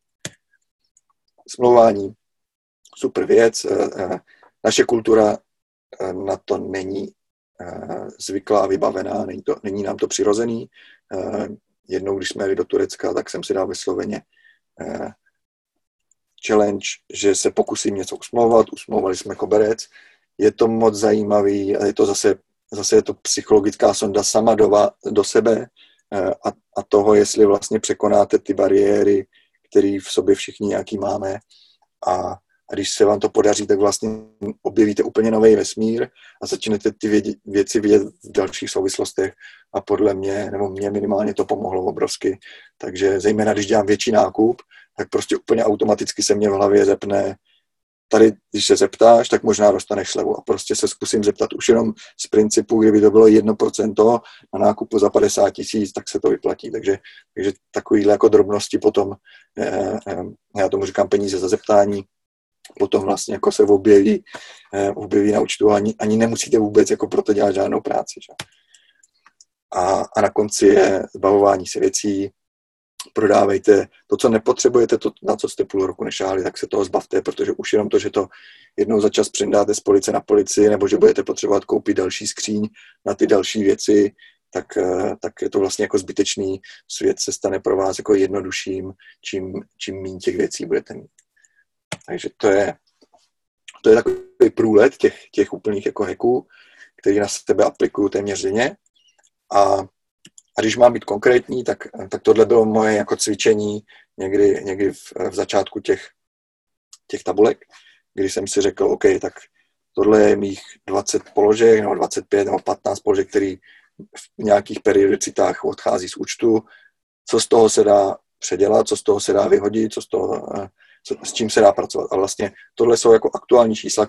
Smlouvání, super věc. Naše kultura na to není zvyklá, vybavená, není nám to přirozený. Jednou, když jsme jeli do Turecka, tak jsem si dal vysloveně challenge, že se pokusím něco usmlouvat. Usmlouvali jsme koberec. Je to moc zajímavý, ale je to zase je to psychologická sonda sama do sebe a toho, jestli vlastně překonáte ty bariéry, které v sobě všichni nějaký máme. A když se vám to podaří, tak vlastně objevíte úplně nový vesmír a začnete ty věci vidět v dalších souvislostech a podle mě, nebo mě minimálně to pomohlo obrovsky. Takže zejména, když dělám větší nákup, tak prostě úplně automaticky se mě v hlavě zepne, tady, když se zeptáš, tak možná dostaneš slevu a prostě se zkusím zeptat už jenom z principu, kdyby to bylo 1% na nákupu za 50 000, tak se to vyplatí. Takže takovýhle jako drobnosti potom, já tomu říkám peníze za zeptání, potom vlastně jako se objeví na účtu a ani nemusíte vůbec jako proto dělat žádnou práci. Že? A na konci je zbavování se věcí, prodávejte to, co nepotřebujete, to, na co jste půl roku nešáhli, tak se toho zbavte, protože už jenom to, že to jednou za čas přendáte z police na policii, nebo že budete potřebovat koupit další skříň na ty další věci, tak je to vlastně jako zbytečný. Svět se stane pro vás jako jednodušším, čím méně těch věcí budete mít. Takže to je takový průlet těch úplných jako hacků, který na sebe aplikuju téměř denně. A když mám být konkrétní, tak tohle bylo moje jako cvičení někdy v začátku těch tabulek, kdy jsem si řekl, OK, tak tohle je mých 20 položek, nebo 25, nebo 15 položek, který v nějakých periodicitách odchází z účtu, co z toho se dá předělat, co z toho se dá vyhodit, s čím se dá pracovat. A vlastně tohle jsou jako aktuální čísla,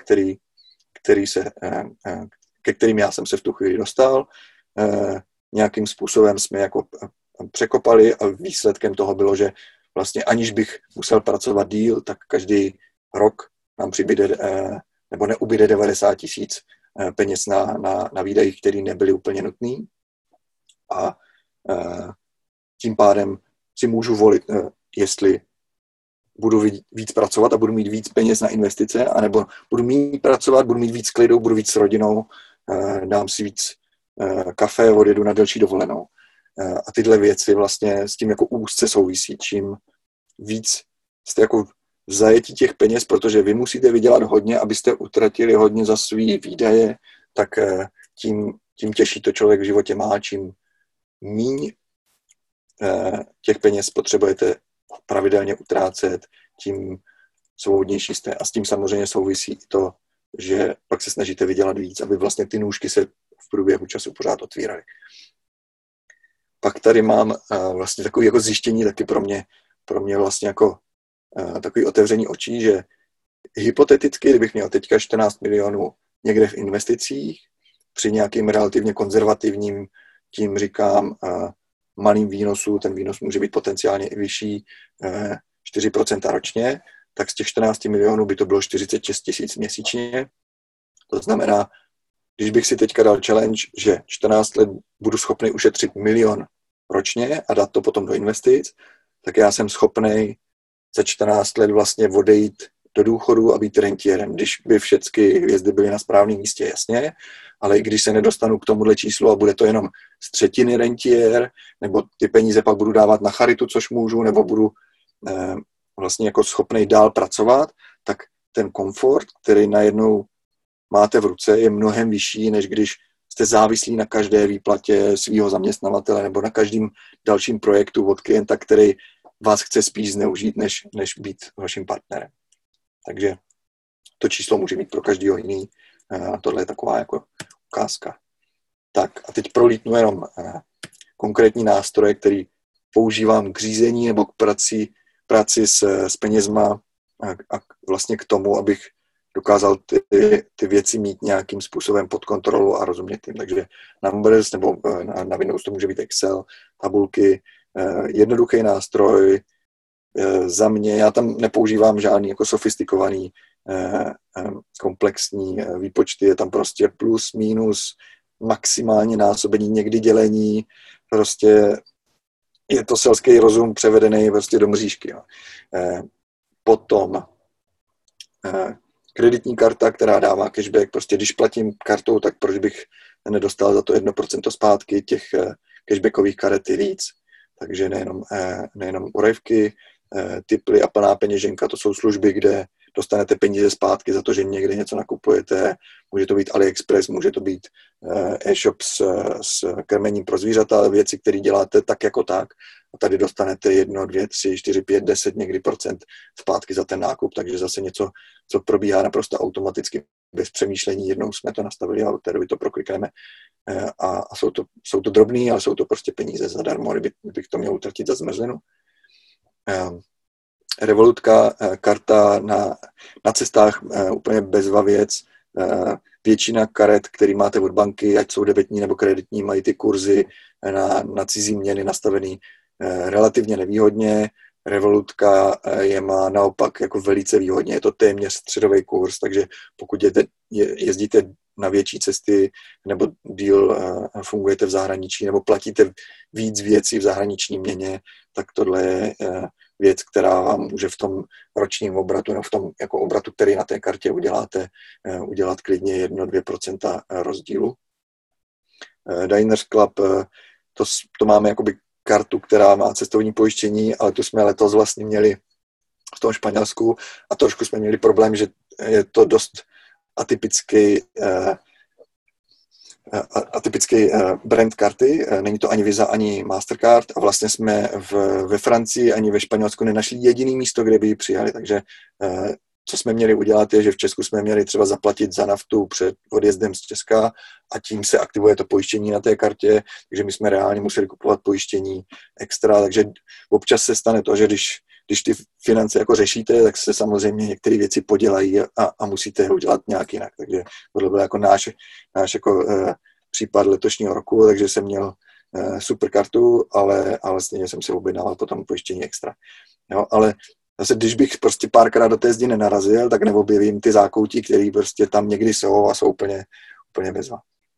ke kterým já jsem se v tu chvíli dostal. Nějakým způsobem jsme jako překopali a výsledkem toho bylo, že vlastně aniž bych musel pracovat díl, tak každý rok nám přibyde nebo neubyde 90 000 peněz na výdajích, které nebyly úplně nutný. A tím pádem si můžu volit, jestli budu víc pracovat a budu mít víc peněz na investice, anebo budu méně pracovat, budu mít víc klidu, budu víc s rodinou, dám si víc kafe, odjedu na delší dovolenou. A tyhle věci vlastně s tím jako úzce souvisí. Čím víc jste jako v zajetí těch peněz, protože vy musíte vydělat hodně, abyste utratili hodně za svý výdaje, tak tím těžší to člověk v životě má, čím míň těch peněz potřebujete pravidelně utrácet, tím svobodnější jste. A s tím samozřejmě souvisí to, že pak se snažíte vydělat víc, aby vlastně ty nůžky se v průběhu času pořád otvíraly. Pak tady mám vlastně takové jako zjištění taky pro mě vlastně jako takový otevření očí, že hypoteticky, kdybych měl teďka 14 milionů někde v investicích, při nějakým relativně konzervativním, tím říkám, malým výnosu, ten výnos může být potenciálně i vyšší, 4% ročně, tak z těch 14 milionů by to bylo 46 000 měsíčně. To znamená, když bych si teďka dal challenge, že 14 let budu schopný ušetřit 1 000 000 ročně a dát to potom do investic, tak já jsem schopný za 14 let vlastně odejít do důchodu a být rentiérem. Když by všechny hvězdy byly na správném místě, jasně, ale i když se nedostanu k tomuhle číslu a bude to jenom z třetiny rentiér, nebo ty peníze pak budu dávat na charitu, což můžu, nebo budu vlastně jako schopný dál pracovat, tak ten komfort, který najednou máte v ruce, je mnohem vyšší, než když jste závislí na každé výplatě svého zaměstnavatele nebo na každém dalším projektu od klienta, který vás chce spíš zneužít, než být vaším partnerem. Takže to číslo může být pro každého jiný. Tohle je taková jako ukázka. Tak a teď prolítnu jenom konkrétní nástroje, který používám k řízení nebo k práci s penězma a vlastně k tomu, abych dokázal ty věci mít nějakým způsobem pod kontrolou a rozumět jim. Takže Numbers nebo na Windows to může být Excel, tabulky, jednoduchý nástroj. Za mě, já tam nepoužívám žádný jako sofistikovaný komplexní výpočty, je tam prostě plus, minus, maximálně násobení, někdy dělení, prostě je to selský rozum převedený prostě do mřížky. Jo. Potom kreditní karta, která dává cashback, prostě když platím kartou, tak proč bych nedostal za to 1% zpátky, těch cashbackových karet je víc, takže nejenom urejvky, tiply a plná peněženka, to jsou služby, kde dostanete peníze zpátky za to, že někde něco nakupujete, může to být AliExpress, může to být e-shop s krmením pro zvířata, věci, které děláte tak jako tak, a tady dostanete 1, 2, 3, 4, 5, 10 někdy procent zpátky za ten nákup, takže zase něco, co probíhá naprosto automaticky, bez přemýšlení, jednou jsme to nastavili a od té doby to proklikneme a jsou to drobný, ale jsou to prostě peníze zadarmo, kdybych to měl utratit za zmrzlinu. Revolutka, karta na cestách, úplně bezva věc. Většina karet, které máte od banky, ať jsou debetní nebo kreditní, mají ty kurzy na cizí měny nastavený relativně nevýhodně. Revolutka je má naopak jako velice výhodně. Je to téměř středový kurz, takže pokud jezdíte na větší cesty nebo díl fungujete v zahraničí nebo platíte víc věcí v zahraniční měně, tak tohle je věc, která vám může v tom ročním obratu nebo v tom jako obratu, který na té kartě uděláte, udělat klidně 1-2% rozdílu. Diners Club, to máme jakoby kartu, která má cestovní pojištění, ale tu jsme letos vlastně měli v tom Španělsku a trošku jsme měli problém, že je to dost atypický brand karty, není to ani Visa, ani Mastercard a vlastně jsme ve Francii ani ve Španělsku nenašli jediný místo, kde by ji přijali, takže co jsme měli udělat je, že v Česku jsme měli třeba zaplatit za naftu před odjezdem z Česka a tím se aktivuje to pojištění na té kartě, takže my jsme reálně museli kupovat pojištění extra, takže občas se stane to, že když ty finance jako řešíte, tak se samozřejmě některé věci podělají a musíte je udělat nějak jinak. Takže tohle byl jako náš jako, případ letošního roku, takže jsem měl super kartu, ale stejně jsem se objednával potom pojištění extra. Jo, ale zase, když bych prostě párkrát do té zdi nenarazil, tak neobjevím ty zákoutí, které prostě tam někdy jsou a jsou úplně bezva.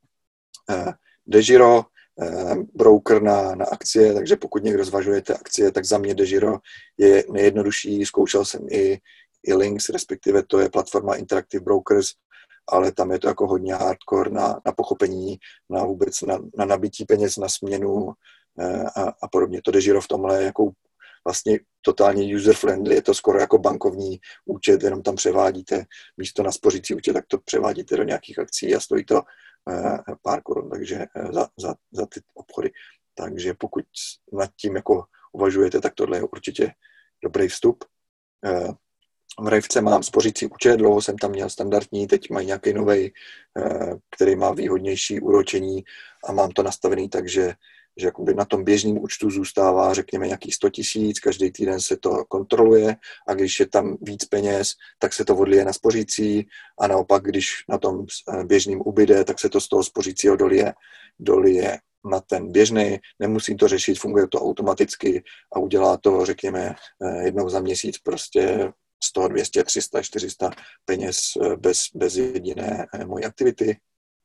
DEGIRO, broker na akcie, takže pokud někdo zvažujete akcie, tak za mě DEGIRO je nejjednodušší. Zkoušel jsem i Lynx, respektive to je platforma Interactive Brokers, ale tam je to jako hodně hardcore na pochopení, na vůbec na nabití peněz, na směnu a podobně. To DEGIRO v tomhle je jako vlastně totálně user-friendly, je to skoro jako bankovní účet, jenom tam převádíte místo na spořící účet, tak to převádíte do nějakých akcí a stojí to pár korun, takže za ty obchody. Takže pokud nad tím jako uvažujete, tak tohle je určitě dobrý vstup. V Rejvce mám spořící účet, dlouho jsem tam měl standardní, teď mají nějaký novej, který má výhodnější úročení a mám to nastavený tak, že jakoby na tom běžném účtu zůstává, řekněme, nějakých 100 000, každý týden se to kontroluje a když je tam víc peněz, tak se to odlije na spořící a naopak, když na tom běžným ubyde, tak se to z toho spořícího dolije na ten běžný. Nemusím to řešit, funguje to automaticky a udělá to, řekněme, jednou za měsíc prostě 100, 200, 300, 400 peněz bez jediné mojí aktivity.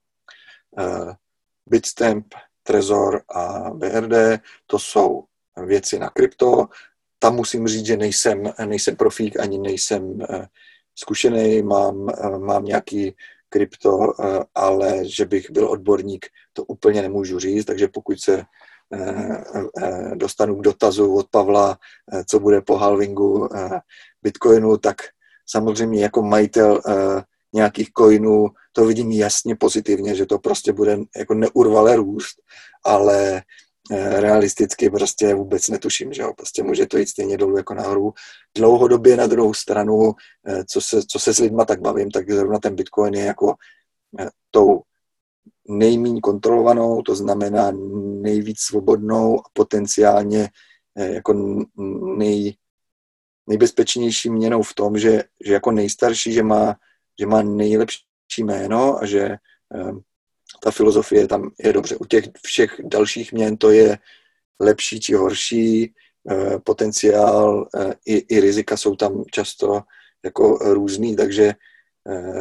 Bitstamp, Trezor a BRD, to jsou věci na krypto. Tam musím říct, že nejsem profík, ani nejsem zkušený, mám nějaký krypto, ale že bych byl odborník, to úplně nemůžu říct, takže pokud se dostanu k dotazu od Pavla, co bude po halvingu Bitcoinu, tak samozřejmě jako majitel nějakých coinů to vidím jasně pozitivně, že to prostě bude jako neurvale růst, ale realisticky prostě vůbec netuším, že jo, prostě může to jít stejně dolů jako nahoru. Dlouhodobě na druhou stranu, co se s lidma tak bavím, tak zrovna ten Bitcoin je jako tou nejméně kontrolovanou, to znamená nejvíc svobodnou a potenciálně jako nejbezpečnější měnou v tom, že jako nejstarší, že má nejlepší jméno a že ta filozofie tam je dobře. U těch všech dalších měn to je lepší či horší, potenciál i rizika jsou tam často jako různý, takže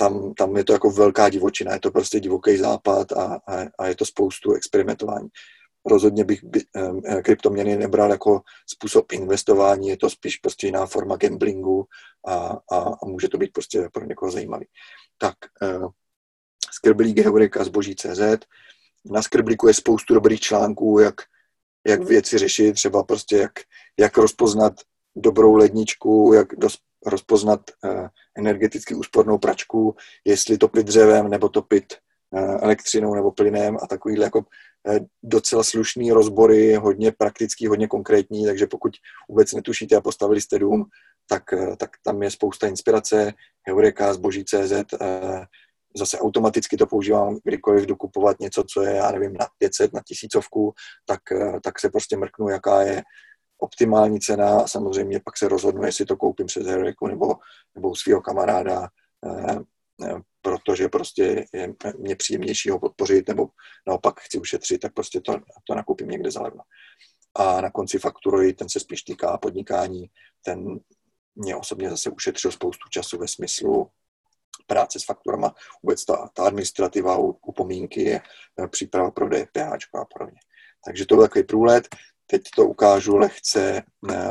tam je to jako velká divočina, je to prostě divoký západ a je to spoustu experimentování. Rozhodně bych kryptoměny nebral jako způsob investování, je to spíš prostě jiná forma gamblingu a může to být prostě pro někoho zajímavý. Tak, Scribbleík, Heureka, Zboží.cz. Na Scribbleíku je spoustu dobrých článků, jak věci řešit, třeba prostě jak rozpoznat dobrou ledničku, jak rozpoznat energeticky úspornou pračku, jestli topit dřevem nebo topit elektřinou nebo plynem a takovýhle jako docela slušný rozbory, hodně praktický, hodně konkrétní, takže pokud vůbec netušíte a postavili jste dům, tak tam je spousta inspirace. Heureka, Zboží.cz, zase automaticky to používám, kdykoliv jdu kupovat něco, co je, já nevím, na 500, na 1000, tak se prostě mrknu, jaká je optimální cena a samozřejmě pak se rozhodnu, jestli to koupím přes Heureku nebo u svého kamaráda, protože prostě je mě příjemnější ho podpořit, nebo naopak chci ušetřit, tak prostě to nakoupím někde zalevno. A na konci fakturuji, ten se spíš týká podnikání, ten mě osobně zase ušetřil spoustu času ve smyslu práce s fakturama, vůbec ta administrativa, upomínky, příprava pro DPH a podobně. Takže to byl takový průlet. Teď to ukážu lehce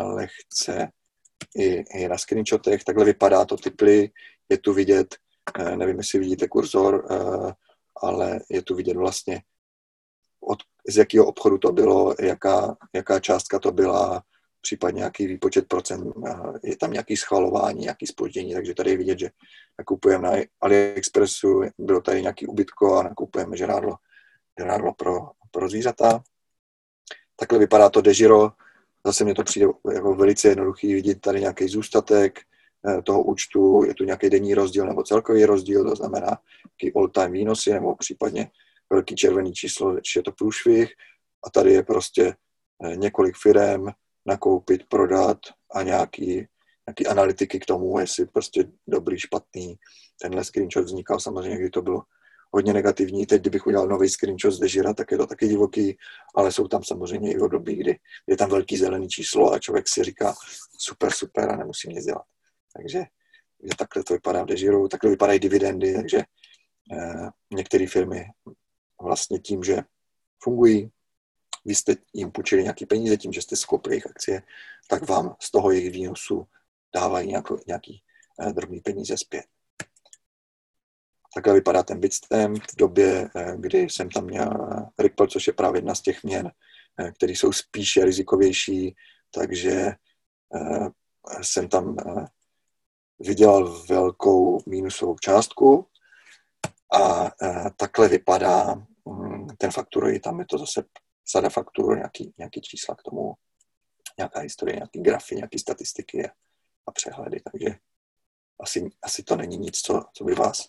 i na screenshotech. Takhle vypadá to Tiply. Je tu vidět, nevím, jestli vidíte kurzor, ale je tu vidět vlastně, z jakého obchodu to bylo, jaká částka to byla, případně nějaký výpočet procent, je tam nějaký schvalování, nějaký zpoždění, takže tady je vidět, že nakupujeme na AliExpressu, bylo tady nějaký ubytko a nakupujeme žrádlo pro zvířata. Takhle vypadá to DEGIRO, zase mně to přijde jako velice jednoduchý, vidět tady nějaký zůstatek toho účtu, je tu nějaký denní rozdíl nebo celkový rozdíl, to znamená nějaký all-time výnosy nebo případně velký červený číslo, když je to průšvih a tady je prostě několik firem, nakoupit, prodat a nějaký analytiky k tomu, jestli prostě dobrý, špatný. Tenhle screenshot vznikal samozřejmě, kdy to bylo hodně negativní. Teď, kdybych udělal nový screenshot z DEGIRA, tak je to taky divoký, ale jsou tam samozřejmě i období, kdy je tam velký zelený číslo a člověk si říká super a nemusím nic dělat. Takže takhle to vypadá v DEGIRu, takhle vypadají dividendy, takže některé firmy vlastně tím, že fungují, vy jste jim půjčili nějaké peníze tím, že jste skoupili jejich akcie, tak vám z toho jejich výnosu dávají nějaký drobný peníze zpět. Takhle vypadá ten Bitstamp v době, kdy jsem tam měl Ripple, což je právě jedna z těch měn, které jsou spíše rizikovější, takže jsem tam vydělal velkou mínusovou částku a takhle vypadá ten fakturový, tam je to zase sada faktur, nějaký čísla k tomu, nějaká historie, nějaký grafy, nějaké statistiky a přehledy, takže asi to není nic, co by vás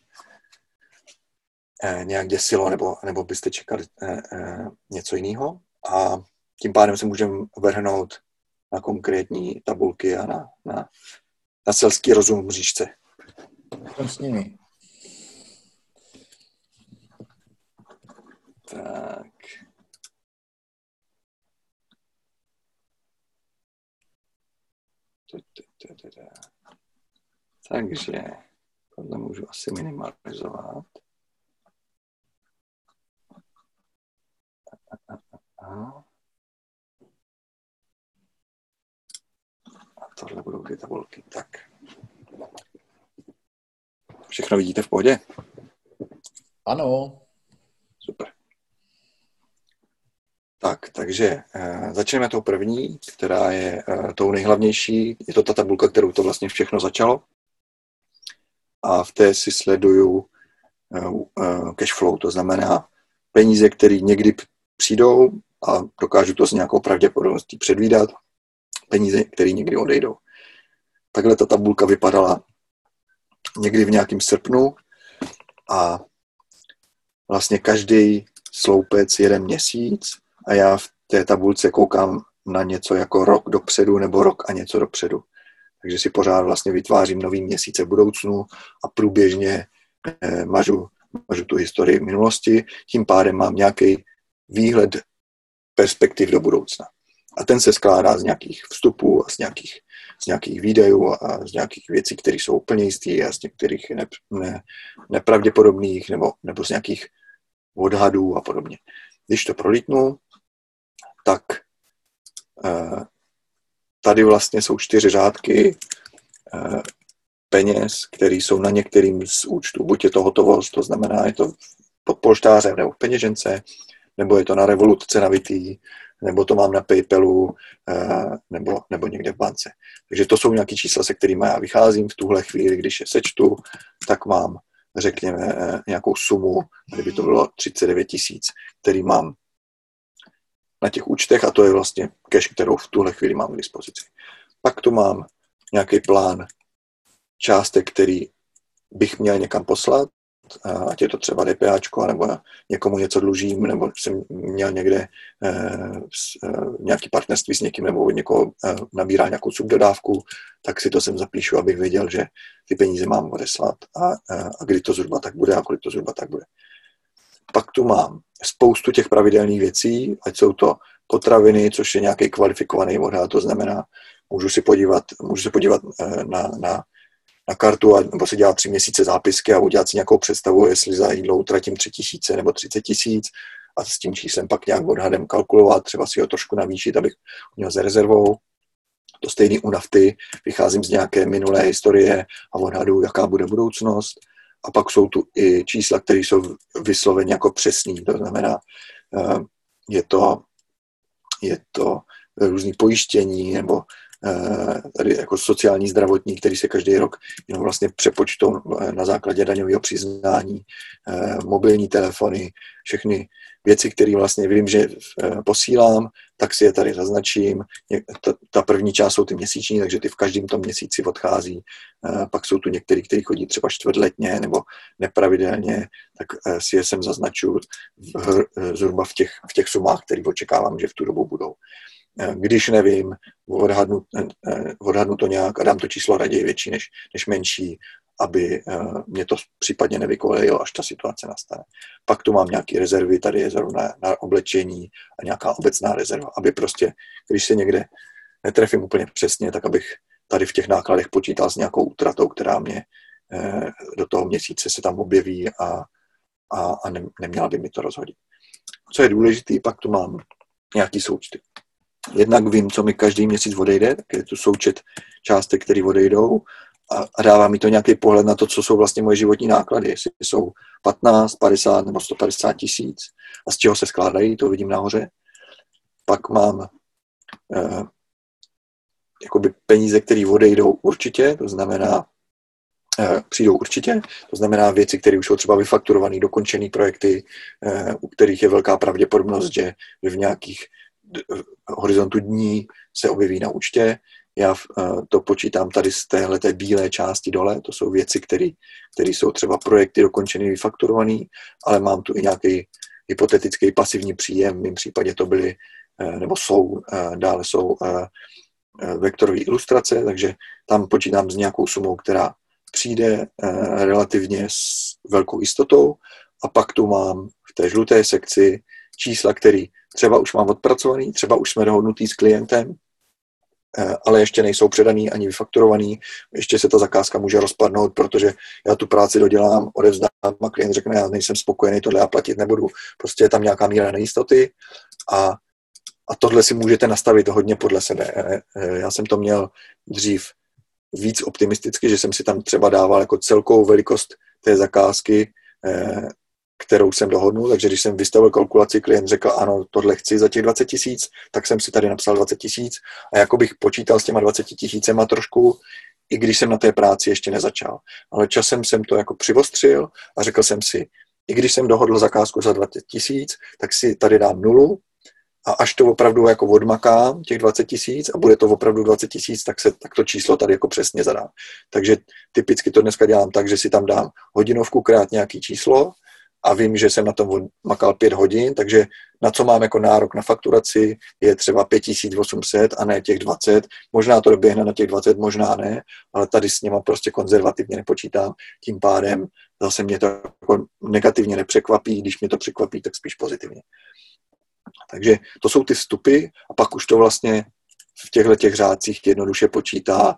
nějak děsilo, nebo byste čekali něco jiného. A tím pádem se můžeme vrhnout na konkrétní tabulky a na selský rozum v říšce. Jsem s nimi. Tak. Takže tohle můžu asi minimalizovat. A tohle budou ty tabulky. Tak. Všechno vidíte v pohodě? Ano. Super. Takže začneme tou první, která je tou nejhlavnější. Je to ta tabulka, kterou to vlastně všechno začalo. A v té si sleduju cash flow, to znamená peníze, které někdy přijdou a dokážu to s nějakou pravděpodobností předvídat, peníze, které někdy odejdou. Takhle ta tabulka vypadala někdy v nějakém srpnu a vlastně každý sloupec jeden měsíc a já v té tabulce koukám na něco jako rok dopředu nebo rok a něco dopředu. Takže si pořád vlastně vytvářím nový měsíce v budoucnu a průběžně mažu tu historii minulosti. Tím pádem mám nějaký výhled perspektiv do budoucna. A ten se skládá z nějakých vstupů a z nějakých výdajů a z nějakých věcí, které jsou úplně jistý a z některých nepravděpodobných nebo z nějakých odhadů a podobně. Když to prolítnu, tak tady vlastně jsou 4 řádky peněz, které jsou na některým z účtů. Buď je to hotovost, to znamená, je to pod polštářem nebo v peněžence, nebo je to na Revolutce navitý, nebo to mám na PayPalu, nebo někde v bance. Takže to jsou nějaké čísla, se kterými já vycházím v tuhle chvíli, když je sečtu, tak mám, řekněme, nějakou sumu, kdyby to bylo 39 000, který mám na těch účtech a to je vlastně cash, kterou v tuhle chvíli mám k dispozici. Pak tu mám nějaký plán částek, který bych měl někam poslat, ať je to třeba DPAčko, nebo někomu něco dlužím, nebo jsem měl někde nějaký partnerství s někým, nebo od někoho nabírá nějakou subdodávku, tak si to sem zapíšu, abych věděl, že ty peníze mám odeslat a kdy to zhruba tak bude a kolik to zhruba tak bude. Pak tu mám spoustu těch pravidelných věcí, ať jsou to potraviny, což je nějaký kvalifikovaný odhad, to znamená, můžu se podívat na kartu nebo si dělat 3 měsíce zápisky a udělat si nějakou představu, jestli za jídlo utratím 3 000 nebo 30 000 a s tím číslem pak nějak odhadem kalkulovat, třeba si ho trošku navýšit, abych měl s rezervou. To stejný u nafty, vycházím z nějaké minulé historie a odhadu, jaká bude budoucnost. A pak jsou tu i čísla, které jsou vysloveně jako přesný, to znamená, je to různý pojištění nebo tady jako sociální zdravotní, který se každý rok jenom vlastně přepočtou na základě daňového přiznání, mobilní telefony, všechny věci, které vlastně vím, že posílám, tak si je tady zaznačím. Ta první část jsou ty měsíční, takže ty v každém tom měsíci odchází. Pak jsou tu některý, který chodí třeba čtvrtletně nebo nepravidelně, tak si je sem zaznačuju zhruba v těch sumách, které očekávám, že v tu dobu budou. Když nevím, odhadnu to nějak a dám to číslo raději větší než menší, aby mě to případně nevykolejilo, až ta situace nastane. Pak tu mám nějaké rezervy, tady je zrovna na oblečení a nějaká obecná rezerva, aby prostě, když se někde netrefím úplně přesně, tak abych tady v těch nákladech počítal s nějakou útratou, která mě do toho měsíce se tam objeví a neměla by mi to rozhodit. Co je důležité, pak tu mám nějaký součty. Jednak vím, co mi každý měsíc odejde, tak je tu součet částek, které odejdou a dává mi to nějaký pohled na to, co jsou vlastně moje životní náklady, jestli jsou 15, 50 nebo 150 000 a z čeho se skládají, to vidím nahoře. Pak mám jakoby peníze, které odejdou určitě, to znamená, přijdou určitě, to znamená věci, které už jsou třeba vyfakturované, dokončené projekty, u kterých je velká pravděpodobnost, že v nějakých horizontu dní se objeví na účtě. Já to počítám tady z téhleté bílé části dole, to jsou věci, které jsou třeba projekty dokončený, vyfakturovaný, ale mám tu i nějaký hypotetický pasivní příjem, v mém případě to byly, nebo jsou, dále jsou vektorové ilustrace, takže tam počítám s nějakou sumou, která přijde relativně s velkou jistotou a pak tu mám v té žluté sekci čísla, které třeba už mám odpracovaný, třeba už jsme dohodnutý s klientem, ale ještě nejsou předaný ani vyfakturovaný. Ještě se ta zakázka může rozpadnout, protože já tu práci dodělám, odevzdám a klient řekne, já nejsem spokojený, tohle já platit nebudu. Prostě je tam nějaká míra nejistoty a tohle si můžete nastavit hodně podle sebe. Já jsem to měl dřív víc optimisticky, že jsem si tam třeba dával jako celkovou velikost té zakázky, kterou jsem dohodnul, takže když jsem vystavil kalkulaci, klient řekl, ano, tohle chci za těch 20 000, tak jsem si tady napsal 20 000 a jako bych počítal s těma 20 000 trošku, i když jsem na té práci ještě nezačal. Ale časem jsem to jako přivostřil a řekl jsem si, i když jsem dohodl zakázku za 20 000, tak si tady dám 0 a až to opravdu jako odmakám, těch 20 000 a bude to opravdu 20 000, tak to číslo tady jako přesně zadám. Takže typicky to dneska dělám tak, že si tam dám hodinovku krát nějaký číslo a vím, že jsem na tom makal 5 hodin, takže na co mám jako nárok na fakturaci je třeba 5800 a ne těch 20. Možná to doběhne na těch 20, možná ne, ale tady s něma prostě konzervativně nepočítám. Tím pádem zase mě to jako negativně nepřekvapí, když mě to překvapí, tak spíš pozitivně. Takže to jsou ty vstupy a pak už to vlastně v těchto řádcích jednoduše počítá,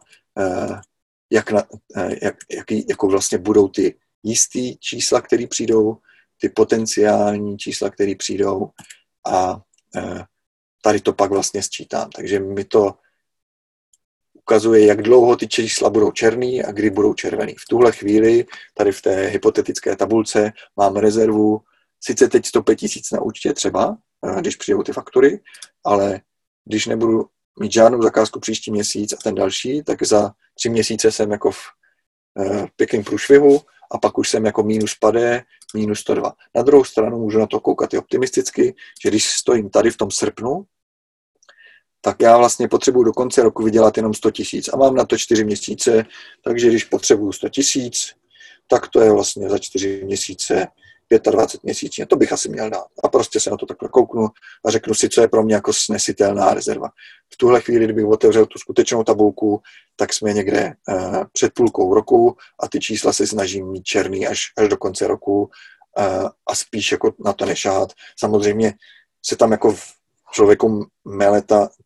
jakou vlastně budou ty jistý čísla, které přijdou, ty potenciální čísla, které přijdou a tady to pak vlastně sčítám. Takže mi to ukazuje, jak dlouho ty čísla budou černý a kdy budou červený. V tuhle chvíli, tady v té hypotetické tabulce, mám rezervu, sice teď 105 000 na účtě třeba, když přijdou ty faktury, ale když nebudu mít žádnou zakázku příští měsíc a ten další, tak za 3 měsíce jsem jako v pěkným průšvihu a pak už jsem jako minus padé, minus 102. Na druhou stranu můžu na to koukat i optimisticky, že když stojím tady v tom srpnu, tak já vlastně potřebuji do konce roku vydělat jenom 100 000 a mám na to 4 měsíce, takže když potřebuju 100 000, tak to je vlastně za 4 měsíce 25 měsíčně, to bych asi měl dát. A prostě se na to takhle kouknu a řeknu si, co je pro mě jako snesitelná rezerva. V tuhle chvíli, kdybych otevřel tu skutečnou tabulku, tak jsme někde před půlkou roku a ty čísla se snažím mít černý až do konce roku a spíš jako na to nešát. Samozřejmě se tam jako v člověku mele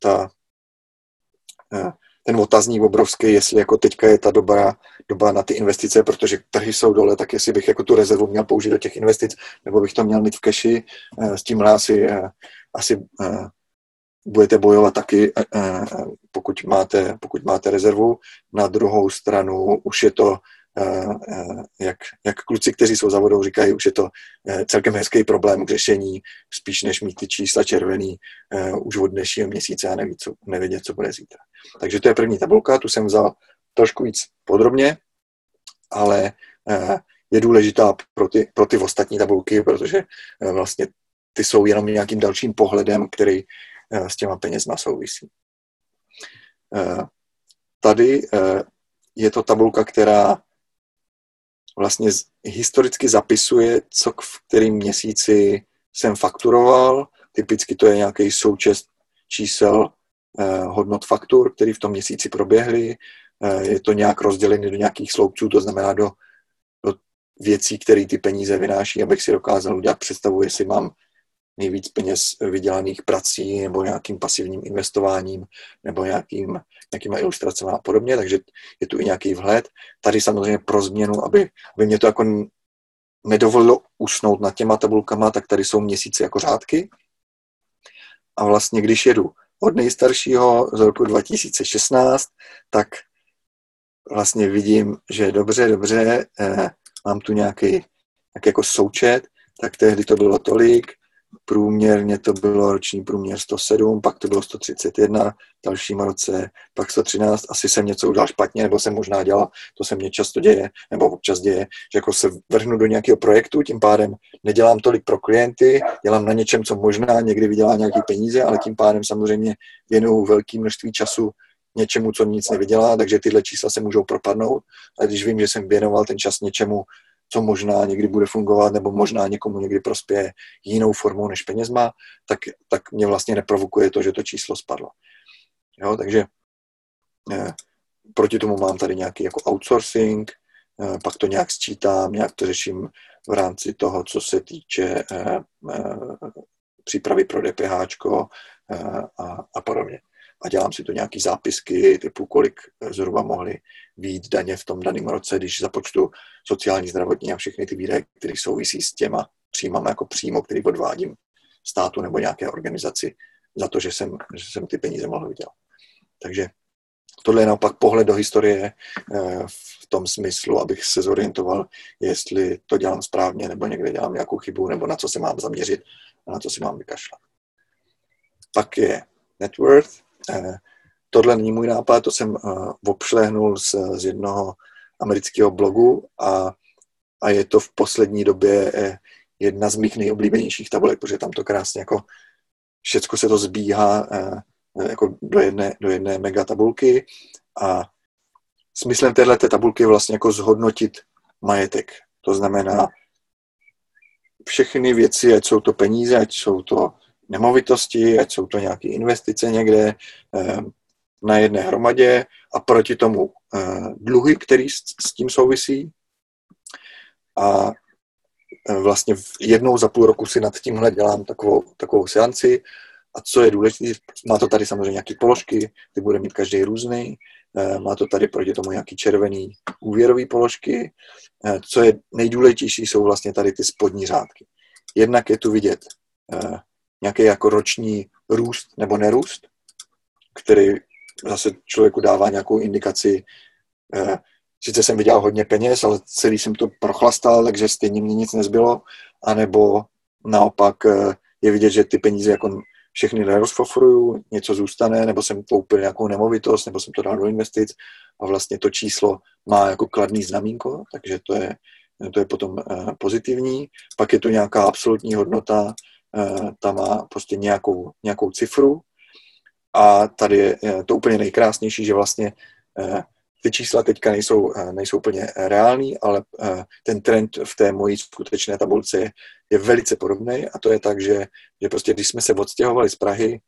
ten otazník obrovský, jestli jako teďka je ta doba na ty investice, protože trhy jsou dole, tak jestli bych jako tu rezervu měl použít do těch investic, nebo bych to měl mít v keši, s tímhle asi budete bojovat taky, pokud máte rezervu. Na druhou stranu už je to, jak kluci, kteří jsou za vodou, říkají, už je to celkem hezký problém k řešení, spíš než mít ty čísla červený už od dnešního měsíce a nevědět, co bude zítra. Takže to je první tabulka, tu jsem vzal trošku víc podrobně, ale je důležitá pro ty ostatní tabulky, protože vlastně ty jsou jenom nějakým dalším pohledem, který s těma penězma souvisí. Tady je to tabulka, která vlastně historicky zapisuje, co v kterém měsíci jsem fakturoval. Typicky to je nějaký součet čísel hodnot faktur, které v tom měsíci proběhly. Je to nějak rozdělené do nějakých sloupců, to znamená do věcí, které ty peníze vynáší, abych si dokázal udělat představu, jestli mám nejvíc peněz vydělaných prací nebo nějakým pasivním investováním nebo nějakýma ilustracemi a podobně, takže je tu i nějaký vhled. Tady samozřejmě pro změnu, aby mě to jako nedovolilo usnout nad těma tabulkama, tak tady jsou měsíce jako řádky. A vlastně když jedu od nejstaršího z roku 2016, tak vlastně vidím, že dobře, mám tu nějaký jako součet, tak tehdy to bylo tolik, průměrně to bylo roční průměr 107, pak to bylo 131, v dalším roce pak 113, asi jsem něco udělal špatně, nebo jsem možná dělal, to se mně často děje, nebo občas děje, že jako se vrhnu do nějakého projektu, tím pádem nedělám tolik pro klienty, dělám na něčem, co možná někdy vydělá nějaké peníze, ale tím pádem samozřejmě věnuju velké množství času něčemu, co nic nevydělá, takže tyhle čísla se můžou propadnout. A když vím, že jsem věnoval ten čas něčemu, co možná někdy bude fungovat, nebo možná někomu někdy prospěje jinou formou než penězma, tak mě vlastně neprovokuje to, že to číslo spadlo. Jo, takže proti tomu mám tady nějaký jako outsourcing, pak to nějak sčítám, nějak to řeším v rámci toho, co se týče přípravy pro DPHčko a podobně. A dělám si to nějaký zápisky, typu kolik zhruba mohly vyjít daně v tom daném roce, když započtu sociální, zdravotní a všechny ty výdaje, které souvisí s těma příjmama jako přímo, který odvádím státu nebo nějaké organizaci za to, že jsem ty peníze mohl vydělat. Takže tohle je naopak pohled do historie v tom smyslu, abych se zorientoval, jestli to dělám správně, nebo někde dělám nějakou chybu, nebo na co se mám zaměřit a na co si mám vykašlat. Pak je net worth. Tohle není můj nápad, to jsem obšlehnul z jednoho amerického blogu a je to v poslední době jedna z mých nejoblíbenějších tabulek, protože tam to krásně jako všecko se to zbíhá jako do jedné mega tabulky a smyslem téhleté tabulky je vlastně jako zhodnotit majetek. To znamená všechny věci, ať jsou to peníze, ať jsou to nemovitosti, ať jsou to nějaké investice někde na jedné hromadě a proti tomu dluhy, který s tím souvisí. A vlastně jednou za půl roku si nad tímhle dělám takovou seanci. A co je důležité, má to tady samozřejmě nějaké položky, ty bude mít každý různý, má to tady proti tomu nějaký červený úvěrový položky. Co je nejdůležitější, jsou vlastně tady ty spodní řádky. Jednak je tu vidět nějaký jako roční růst nebo nerůst, který zase člověku dává nějakou indikaci. Sice jsem vydělal hodně peněz, ale celý jsem to prochlastal, takže stejně mě nic nezbylo. A nebo naopak je vidět, že ty peníze jako všechny nerozfofruju, něco zůstane, nebo jsem koupil nějakou nemovitost, nebo jsem to dal do investic a vlastně to číslo má jako kladný znamínko, takže to je potom pozitivní. Pak je tu nějaká absolutní hodnota, ta má prostě nějakou cifru a tady je to úplně nejkrásnější, že vlastně ty čísla teďka nejsou úplně reální, ale ten trend v té mojí skutečné tabulce je velice podobný a to je tak, že prostě když jsme se odstěhovali z Prahy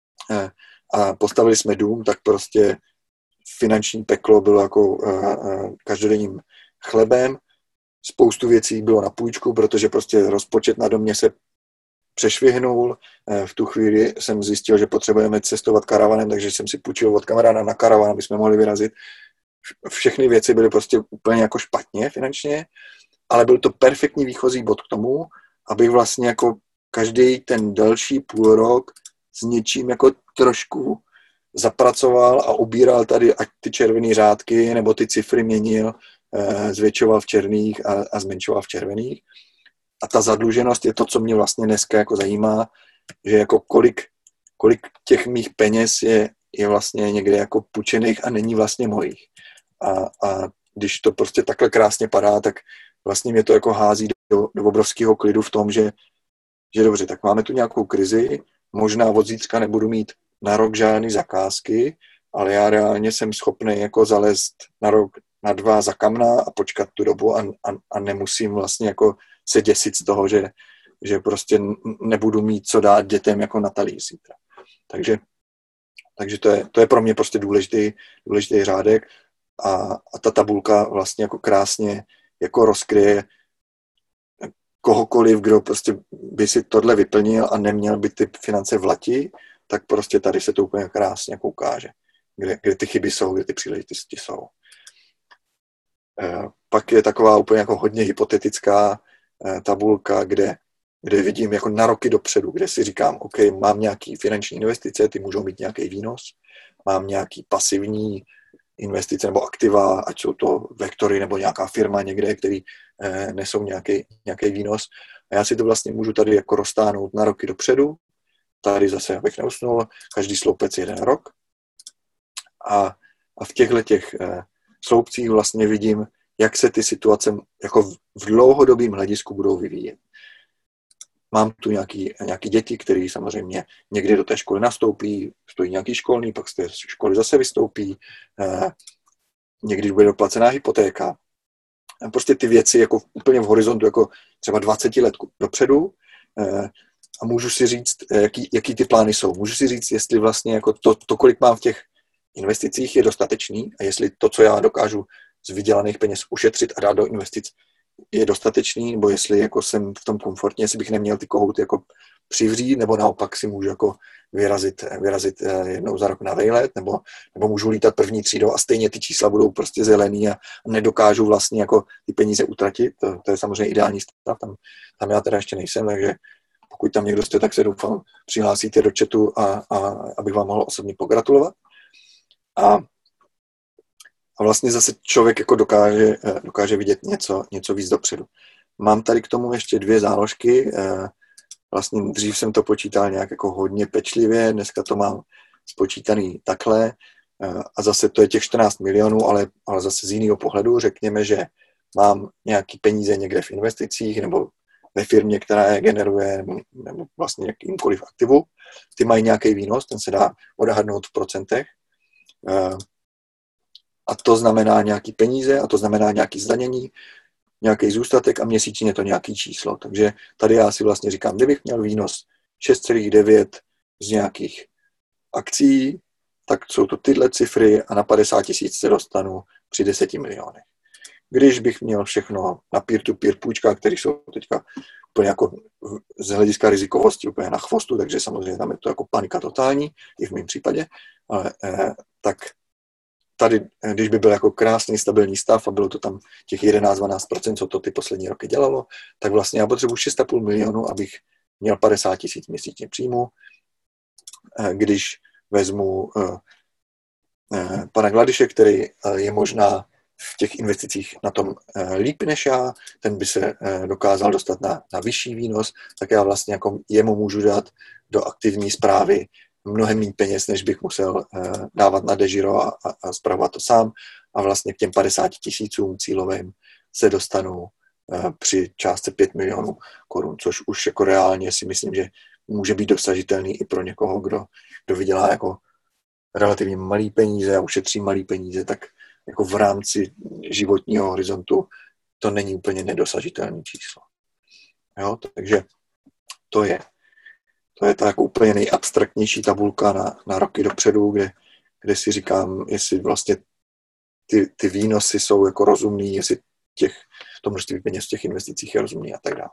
a postavili jsme dům, tak prostě finanční peklo bylo jako každodenním chlebem. Spoustu věcí bylo na půjčku, protože prostě rozpočet na domě se přešvihnul. V tu chvíli jsem zjistil, že potřebujeme cestovat karavanem, takže jsem si půjčil od kamaráda na karavan, aby jsme mohli vyrazit. Všechny věci byly prostě úplně jako špatně finančně, ale byl to perfektní výchozí bod k tomu, abych vlastně jako každý ten další půl rok s něčím jako trošku zapracoval a ubíral tady ať ty červené řádky nebo ty cifry měnil, zvětšoval v černých a zmenšoval v červených. A ta zadluženost je to, co mě vlastně dneska jako zajímá, že jako kolik těch mých peněz je vlastně někde jako půjčených a není vlastně mojich. A když to prostě takhle krásně padá, tak vlastně mě to jako hází do obrovského klidu v tom, že dobře, tak máme tu nějakou krizi, možná od zítřka nebudu mít na rok žádný zakázky, ale já reálně jsem schopný jako zalézt na rok, na 2 za kamna a počkat tu dobu a nemusím vlastně jako se děsit z toho, že prostě nebudu mít co dát dětem jako na talíř zítra. Takže to je pro mě prostě důležitý řádek a ta tabulka vlastně jako krásně jako rozkryje kohokoliv, kdo prostě by si tohle vyplnil a neměl by ty finance v lati, tak prostě tady se to úplně krásně jako ukáže, kde ty chyby jsou, kde ty příležitosti jsou. Pak je taková úplně jako hodně hypotetická tabulka, kde vidím jako na roky dopředu, kde si říkám, OK, mám nějaký finanční investice, ty můžou mít nějaký výnos, mám nějaký pasivní investice nebo aktiva, ať jsou to vektory nebo nějaká firma někde, který nesou nějaký výnos. A já si to vlastně můžu tady jako roztáhnout na roky dopředu. Tady zase, abych neusnul, každý sloupec je 1 rok. A v těch sloupcích vlastně vidím, jak se ty situace jako v dlouhodobém hledisku budou vyvíjet. Mám tu nějaký děti, které samozřejmě někdy do té školy nastoupí, stojí nějaký školní, pak z té školy zase vystoupí, někdy bude doplacená hypotéka. Prostě ty věci jako úplně v horizontu jako třeba 20 let dopředu a můžu si říct, jaký ty plány jsou. Můžu si říct, jestli vlastně jako to, kolik mám v těch investicích, je dostatečný a jestli to, co já dokážu z vydělaných peněz ušetřit a dát do investic, je dostatečný, nebo jestli jako jsem v tom komfortně, jestli bych neměl ty kohouty jako přivřít, nebo naopak si můžu jako vyrazit jednou za rok na vejlet, nebo můžu lítat první třídou a stejně ty čísla budou prostě zelený a nedokážu vlastně jako ty peníze utratit. To je samozřejmě ideální stav, tam já teda ještě nejsem, takže pokud tam někdo jste, tak se doufám přihlásíte do chatu a abych vám mohl osobně pogratulovat. A vlastně zase člověk jako dokáže vidět něco víc dopředu. Mám tady k tomu ještě 2 záložky. Vlastně dřív jsem to počítal nějak jako hodně pečlivě, dneska to mám spočítaný takhle. A zase to je těch 14 milionů, ale zase z jiného pohledu. Řekněme, že mám nějaký peníze někde v investicích nebo ve firmě, která je generuje, nebo vlastně jakýmkoliv aktivu. Ty mají nějaký výnos, ten se dá odhadnout v procentech. A to znamená nějaký peníze, a to znamená nějaký zdanění, nějaký zůstatek a měsíčně to nějaký číslo. Takže tady já si vlastně říkám, kdybych měl výnos 6,9 z nějakých akcí, tak jsou to tyhle cifry a na 50 000 se dostanu při 10 milionech. když bych měl všechno na peer-to-peer půjčkách, které jsou teďka úplně jako z hlediska rizikovosti úplně na chvostu, takže samozřejmě tam je to jako panika totální, i v mém případě, ale tak tady, když by byl jako krásný stabilní stav a bylo to tam těch 11-12%, co to ty poslední roky dělalo, tak vlastně já potřebuji 6,5 milionu, abych měl 50 000 měsíčně příjmu. Když vezmu pana Gladiše, který je možná v těch investicích na tom líp než já, ten by se dokázal dostat na vyšší výnos, tak já vlastně jako jemu můžu dát do aktivní správy mnohem méně peněz, než bych musel dávat na DEGIRO a spravovat to sám. A vlastně k těm 50 000 cílovým se dostanu při částce 5 milionů korun, což už jako reálně si myslím, že může být dosažitelný i pro někoho, kdo vydělá jako relativně malý peníze a ušetří malý peníze, tak jako v rámci životního horizontu to není úplně nedosažitelné číslo. Jo, takže to je ta jako úplně nejabstraktnější tabulka na roky dopředu, kde si říkám, jestli vlastně ty výnosy jsou jako rozumný, jestli to množství peněz v těch investicích je rozumný a tak dále.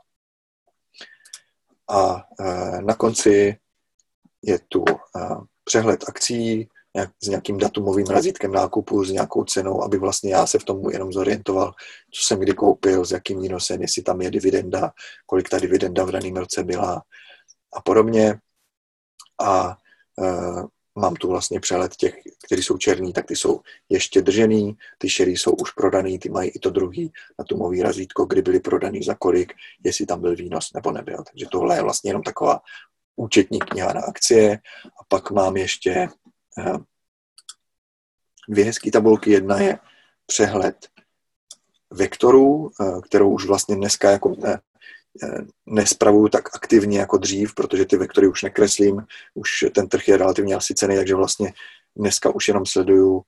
A na konci je tu přehled akcí s nějakým datumovým razítkem nákupu, s nějakou cenou, aby vlastně já se v tom jenom zorientoval, co jsem kdy koupil, s jakým výnosem, jestli tam je dividenda, kolik ta dividenda v daném roce byla a podobně. A mám tu vlastně přehled těch, kteří jsou černý, tak ty jsou ještě držený, ty šedý jsou už prodaný, ty mají i to druhý datumový razítko, kdy byly prodaný, za kolik, jestli tam byl výnos nebo nebyl. Takže tohle je vlastně jenom taková účetní kniha na akcie. A pak mám ještě dvě hezké tabulky. Jedna je přehled vektorů, kterou už vlastně dneska jako nespravuju tak aktivně jako dřív, protože ty vektory už nekreslím, už ten trh je relativně asi cenný, takže vlastně dneska už jenom sleduju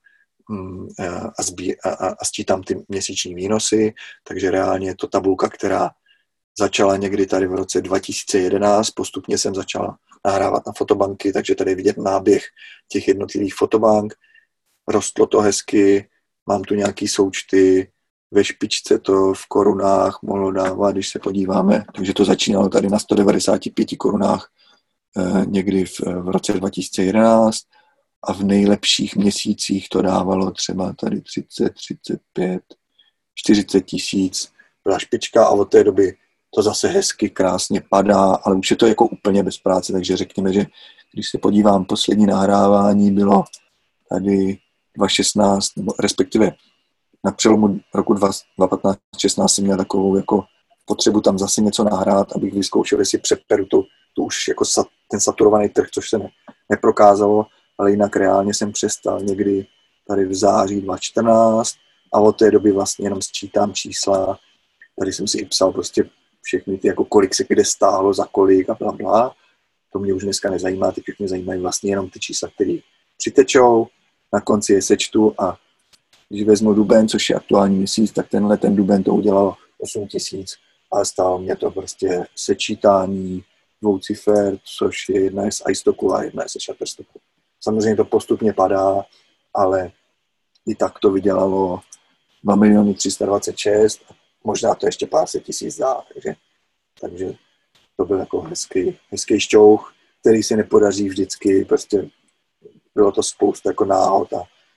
a sčítám ty měsíční výnosy, takže reálně je to tabulka, která začala někdy tady v roce 2011, postupně jsem začal nahrávat na fotobanky, takže tady je vidět náběh těch jednotlivých fotobank, rostlo to hezky, mám tu nějaký součty, ve špičce to v korunách mohlo dávat, když se podíváme, takže to začínalo tady na 195 korunách někdy v roce 2011 a v nejlepších měsících to dávalo třeba tady 30, 35, 40 tisíc byla špička a od té doby to zase hezky, krásně padá, ale už je to jako úplně bez práce, takže řekněme, že když se podívám, poslední nahrávání bylo tady 2016, nebo respektive na přelomu roku 2015-16 jsem měl takovou jako potřebu tam zase něco nahrát, abych vyzkoušel, jestli přeperu to už jako ten saturovaný trh, což se neprokázalo, ale jinak reálně jsem přestal někdy tady v září 2014 a od té doby vlastně jenom sčítám čísla. Tady jsem si i psal prostě všechny ty, jako kolik se kde stálo, za kolik a blablabla. To mě už dneska nezajímá, teď už mě zajímají vlastně jenom ty čísla, které přitečou, na konci je sečtu a když vezmu duben, což je aktuální měsíc, tak ten duben to udělal 8 000 a stálo mě to prostě sečítání dvou cifer, což je jedna je z iStocku a jedna je ze Shutterstocku. Samozřejmě to postupně padá, ale i tak to vydělalo 2 326 000, možná to ještě pár set tisíc dá, takže to byl jako hezký šťouch, který se nepodaří vždycky, prostě bylo to spousta jako náhod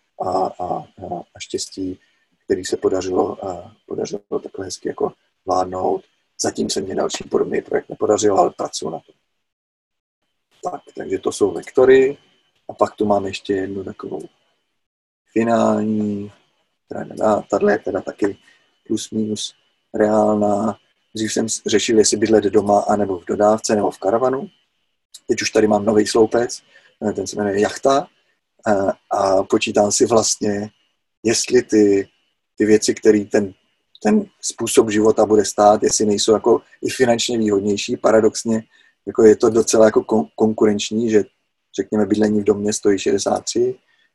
a štěstí, který se podařilo takhle hezky jako vládnout. Zatím se mě další podobný projekt nepodařil, ale pracuji na to. Takže to jsou vektory a pak tu mám ještě jednu takovou finální, tahle je teda taky plus minus reálná. Dřív jsem řešil, jestli bydlet doma, anebo v dodávce, nebo v karavanu. Teď už tady mám nový sloupec, ten se jmenuje Jachta a počítám si vlastně, jestli ty věci, které ten způsob života bude stát, jestli nejsou jako i finančně výhodnější. Paradoxně jako je to docela jako konkurenční, že řekněme bydlení v domě stojí 63,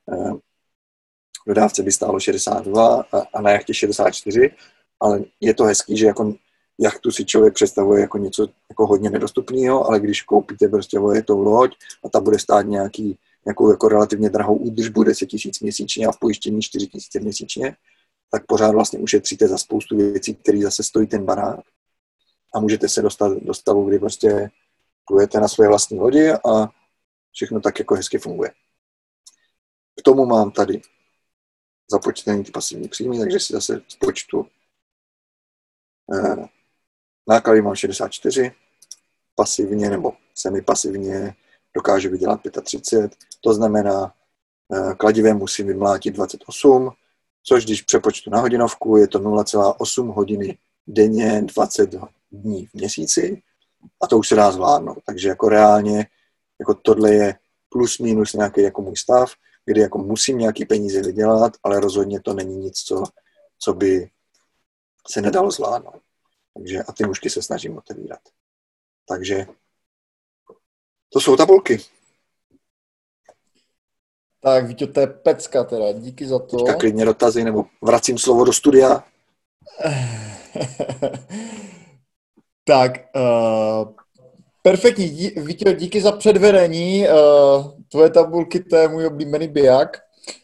v dodávce by stálo 62 a na jachtě 64, ale je to hezký, že jako jachtu si člověk představuje jako něco jako hodně nedostupného, ale když koupíte prostě tou loď a ta bude stát nějakou jako relativně drahou údržbu 10 000 měsíčně a v pojištění 4 000 měsíčně, tak pořád vlastně ušetříte za spoustu věcí, které zase stojí ten barák a můžete se dostat do stavu, kdy prostě plujete na své vlastní lodi a všechno tak jako hezky funguje. K tomu mám tady započtený ty pasivní příjmy, takže si zase spočtu náklady mám 64, pasivně nebo semipasivně dokážu vydělat 35, to znamená kladivé musím vymlátit 28, což když přepočtu na hodinovku, je to 0,8 hodiny denně 20 dní v měsíci a to už se dá zvládnout. Takže jako reálně jako tohle je plus minus nějaký jako můj stav, kdy jako musím nějaký peníze vydělat, ale rozhodně to není nic, co by se nedalo zvládnout. Takže a ty nůžky se snažím otevírat. Takže to jsou tabulky. Tak, Víťo, to je pecka teda, díky za to. Teďka klidně dotazy, nebo vracím slovo do studia. Tak, perfektní, Víťo, díky za předvedení. Tvoje tabulky, to je můj oblíbený biják.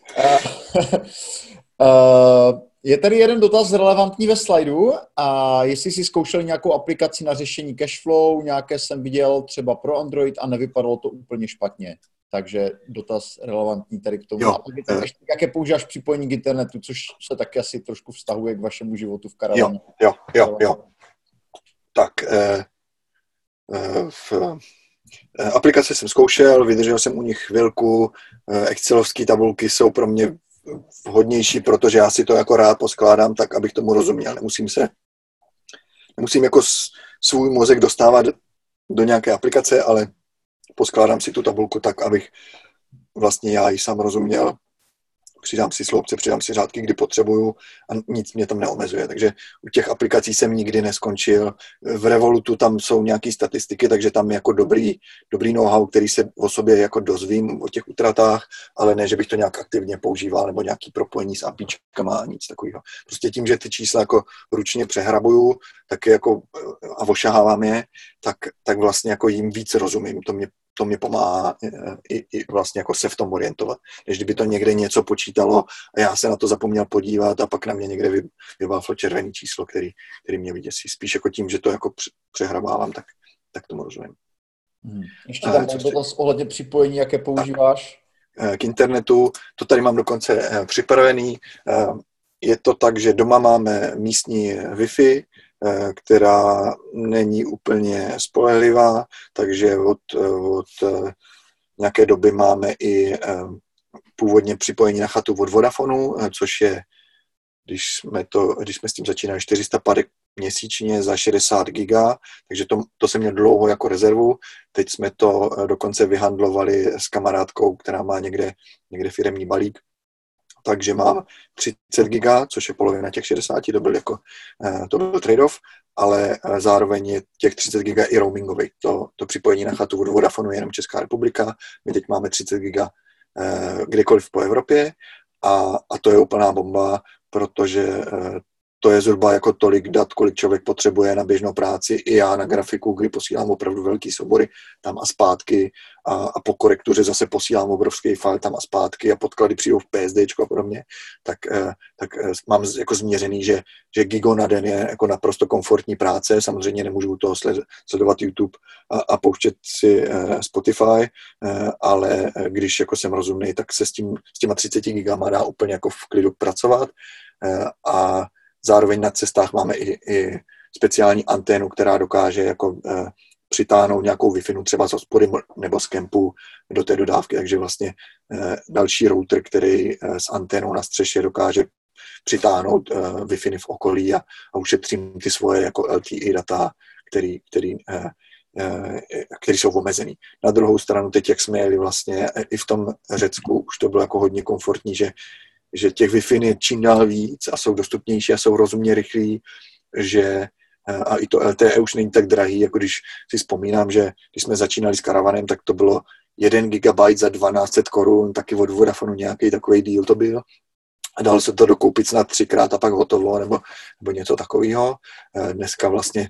Je tady jeden dotaz relevantní ve slajdu a jestli jsi zkoušel nějakou aplikaci na řešení cashflow, nějaké jsem viděl třeba pro Android a nevypadalo to úplně špatně. Takže dotaz relevantní tady k tomu. Jo, A ještě, jaké používáš připojení k internetu, což se taky asi trošku vztahuje k vašemu životu v karavaně. Jo. Tak v aplikace jsem zkoušel, vydržel jsem u nich chvilku, excelovské tabulky jsou pro mě vhodnější, protože já si to jako rád poskládám tak, abych tomu rozuměl. Nemusím jako svůj mozek dostávat do nějaké aplikace, ale poskládám si tu tabulku tak, abych vlastně já ji sám rozuměl. Přidám si sloupce, přidám si řádky, kdy potřebuju a nic mě tam neomezuje. Takže u těch aplikací jsem nikdy neskončil. V Revolutu tam jsou nějaké statistiky, takže tam je jako dobrý know-how, který se o sobě jako dozvím o těch utratách, ale ne, že bych to nějak aktivně používal nebo nějaký propojení s APIčkama a nic takového. Prostě tím, že ty čísla jako ručně přehrabuju, tak jako a ošahávám je, tak vlastně jako jim víc rozumím. To mě pomáhá i vlastně jako se v tom orientovat. Než kdyby to někde něco počítalo a já se na to zapomněl podívat a pak na mě někde vybáflo červený číslo, který mě vyděsí. Spíš jako tím, že to jako přehrabávám, tak tomu rozumím. Ještě tam mám dotaz ohledně připojení, jaké používáš? K internetu, to tady mám dokonce připravený. Je to tak, že doma máme místní Wi-Fi, která není úplně spolehlivá, takže od nějaké doby máme i původně připojení na chatu od Vodafonu, což je, když jsme s tím začínali, 400 parek měsíčně za 60 giga, takže to jsem měl dlouho jako rezervu. Teď jsme to dokonce vyhandlovali s kamarádkou, která má někde firemní balík, takže mám 30 giga, což je polovina těch 60, to byl trade-off, ale zároveň je těch 30 giga i roamingový. To připojení na chatu od Vodafonu je jenom Česká republika, my teď máme 30 giga kdekoliv po Evropě a to je úplná bomba, protože to je zhruba jako tolik dat, kolik člověk potřebuje na běžnou práci. I já na grafiku, kdy posílám opravdu velký soubory tam a zpátky a po korektuře zase posílám obrovský file tam a zpátky a podklady přijdou v PSDčku a podobně, tak mám jako změřený, že gigo na den je jako naprosto komfortní práce. Samozřejmě nemůžu u toho sledovat YouTube a pouštět si Spotify, ale když jako jsem rozumný, tak se s těma 30 gigama dá úplně jako v klidu pracovat a zároveň na cestách máme i speciální anténu, která dokáže jako přitáhnout nějakou Wi-Fi třeba z hospody nebo z kempu do té dodávky, takže vlastně další router, který s anténou na střeše dokáže přitáhnout Wi-Fi v okolí a ušetřím ty svoje jako LTE data, který jsou omezený. Na druhou stranu teď, jak jsme jeli vlastně i v tom Řecku, už to bylo jako hodně komfortní, že těch Wi-Fi je čím dál víc a jsou dostupnější a jsou rozumně rychlí, že a i to LTE už není tak drahý, jako když si vzpomínám, že když jsme začínali s karavanem, tak to bylo 1 gigabyte za 1200 korun, taky od Vodafonu nějaký takový deal to byl. A dalo se to dokoupit snad 3krát a pak hotovo, nebo něco takového. Dneska vlastně,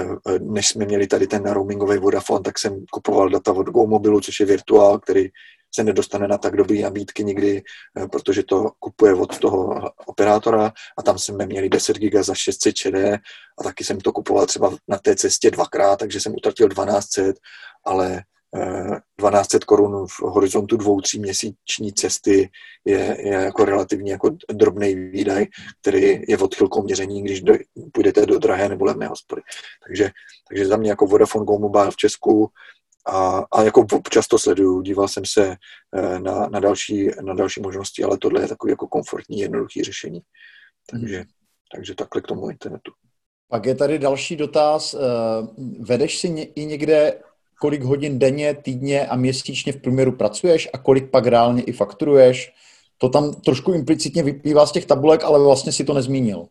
než jsme měli tady ten roamingový Vodafone, tak jsem kupoval data od GoMobilu, což je virtuál, který se nedostane na tak dobrý nabídky nikdy, protože to kupuje od toho operátora a tam jsme měli 10 giga za 600 ČD a taky jsem to kupoval třeba na té cestě dvakrát, takže jsem utratil 1200, ale 1200 korun v horizontu 2-3 měsíční cesty je jako relativně jako drobný výdaj, který je odchylkou měření, když půjdete do drahé nebo levné hospody. Takže za mě jako Vodafone Go Mobile v Česku a jako občas to sleduju, díval jsem se na další možnosti, ale tohle je takový jako komfortní, jednoduchý řešení. Takže takhle k tomu internetu. Pak je tady další dotaz. Vedeš si i někde, kolik hodin denně, týdně a měsíčně v průměru pracuješ a kolik pak reálně i fakturuješ? To tam trošku implicitně vyplývá z těch tabulek, ale vlastně si to nezmínil.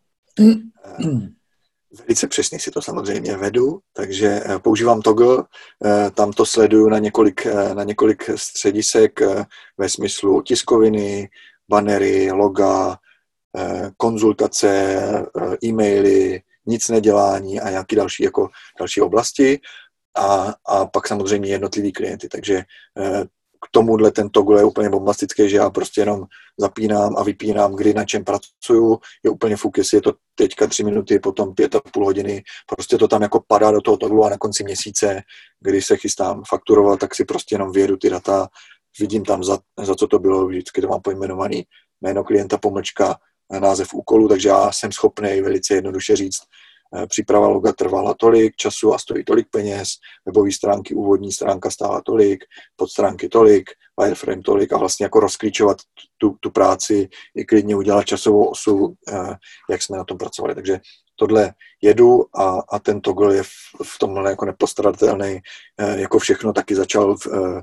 Velice přesně si to samozřejmě vedu, takže používám Toggle, tam to sleduju na několik středisek ve smyslu tiskoviny, bannery, loga, konzultace, e-maily, nic nedělání a nějaké další oblasti a pak samozřejmě jednotlivý klienty, takže k tomuhle ten Toggle je úplně bombastický, že já prostě jenom zapínám a vypínám, kdy na čem pracuju, je úplně fuk, jestli je to teďka 3 minuty, potom 5,5 hodiny, prostě to tam jako padá do toho Toggle a na konci měsíce, když se chystám fakturovat, tak si prostě jenom vyjedu ty data, vidím tam za co to bylo, vždycky to mám pojmenovaný jméno klienta, pomlčka, název úkolu, takže já jsem schopný velice jednoduše říct, příprava loga trvala tolik času a stojí tolik peněz, webové stránky, úvodní stránka stála tolik, podstránky tolik, wireframe tolik a vlastně jako rozklíčovat tu práci i klidně udělat časovou osu, jak jsme na tom pracovali. Takže tohle jedu a ten Toggle je v tomhle jako nepostradatelný. Jako všechno taky začal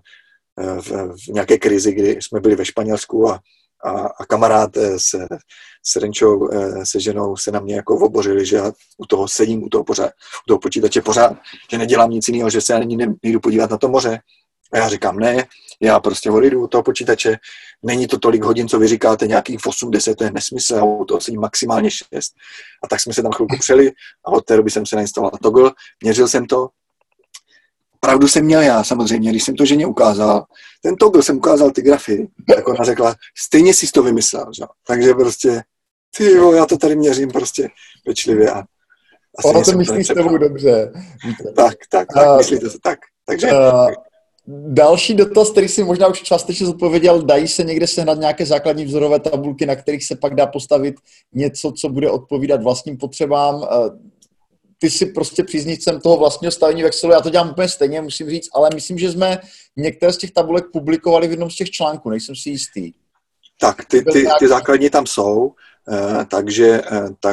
v nějaké krizi, kdy jsme byli ve Španělsku a kamarád s Renčou, se ženou se na mě jako obořili, že já u toho sedím, u toho počítače pořád, že nedělám nic jiného, že se ani nejdu podívat na to moře. A já říkám, ne, já prostě odjdu u toho počítače, není to tolik hodin, co vy říkáte, nějakých 8-10, to je nesmysl, a u toho sedím maximálně 6. A tak jsme se tam chvilku přeli a od té doby jsem se nainstaloval Toggle, měřil jsem to. Pravdu jsem měl já samozřejmě, když jsem to ženě ukázal. Ten Toggle jsem ukázal ty grafy, tak ona řekla, stejně jsi to vymyslel. Že? Takže prostě, já to tady měřím prostě pečlivě. Ono to myslí s tebou dobře. Tak, myslíte se tak. Takže... Další dotaz, který si možná už částečně zodpověděl, dají se někde sehnat nějaké základní vzorové tabulky, na kterých se pak dá postavit něco, co bude odpovídat vlastním potřebám. Ty jsi prostě příznivcem toho vlastního stavení v Excelu, já to dělám úplně stejně, musím říct, ale myslím, že jsme některé z těch tabulek publikovali v jednom z těch článků, nejsem si jistý. Tak, ty základní tam jsou, takže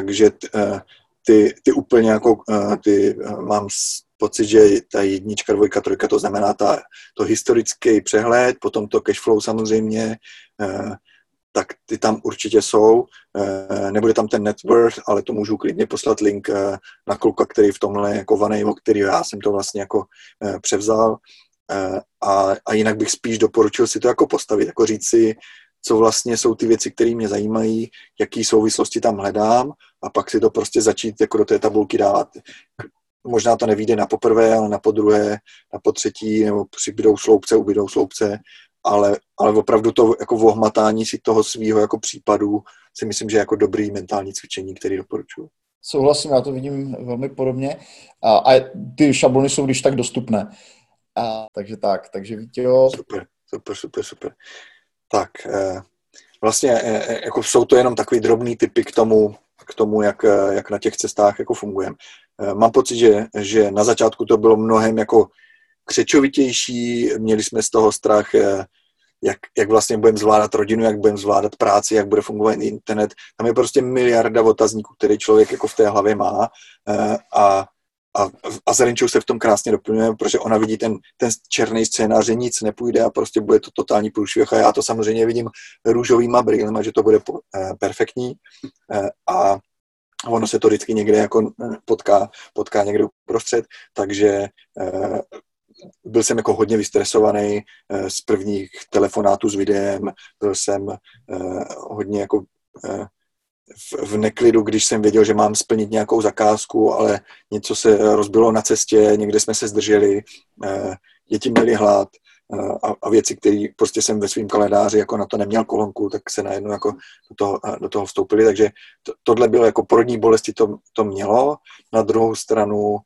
ty úplně jako, mám pocit, že ta 1, 2, 3, to znamená to historický přehled, potom to cashflow samozřejmě, tak ty tam určitě jsou. Nebude tam ten net worth, ale to můžu klidně poslat link na kluka, který v tomhle je jako vanej, o který já jsem to vlastně jako převzal. A jinak bych spíš doporučil si to jako postavit, jako říct si, co vlastně jsou ty věci, které mě zajímají, jaký souvislosti tam hledám a pak si to prostě začít jako do té tabulky dávat. Možná to nevyjde na poprvé, ale na podruhé, na potřetí, nebo ubydou sloupce, ale opravdu to jako ohmatání si toho svýho jako případu si myslím, že je jako dobrý mentální cvičení, který doporučuji. Souhlasím, já to vidím velmi podobně a ty šablony jsou když tak dostupné. Takže Vítěho... Super. Tak, vlastně jako jsou to jenom takový drobný tipy k tomu, jak na těch cestách jako fungujeme. Mám pocit, že na začátku to bylo mnohem jako křečovitější, měli jsme z toho strach, jak vlastně budeme zvládat rodinu, jak budeme zvládat práci, jak bude fungovat internet. Tam je prostě miliarda otazníků, který člověk jako v té hlavě má a s Renčou se v tom krásně doplňujeme, protože ona vidí ten černý scénář, že nic nepůjde a prostě bude to totální průšvih a já to samozřejmě vidím růžovýma brýlema, že to bude perfektní a ono se to vždycky někde jako potká někde uprostřed, takže byl jsem jako hodně vystresovaný z prvních telefonátů s videem, byl jsem hodně jako v neklidu, když jsem věděl, že mám splnit nějakou zakázku, ale něco se rozbilo na cestě, někde jsme se zdrželi, děti měly hlad, a věci, které prostě jsem ve svém kalendáři jako na to neměl kolonku, tak se najednou jako do toho vstoupili, takže tohle bylo jako porodní bolesti, to mělo. Na druhou stranu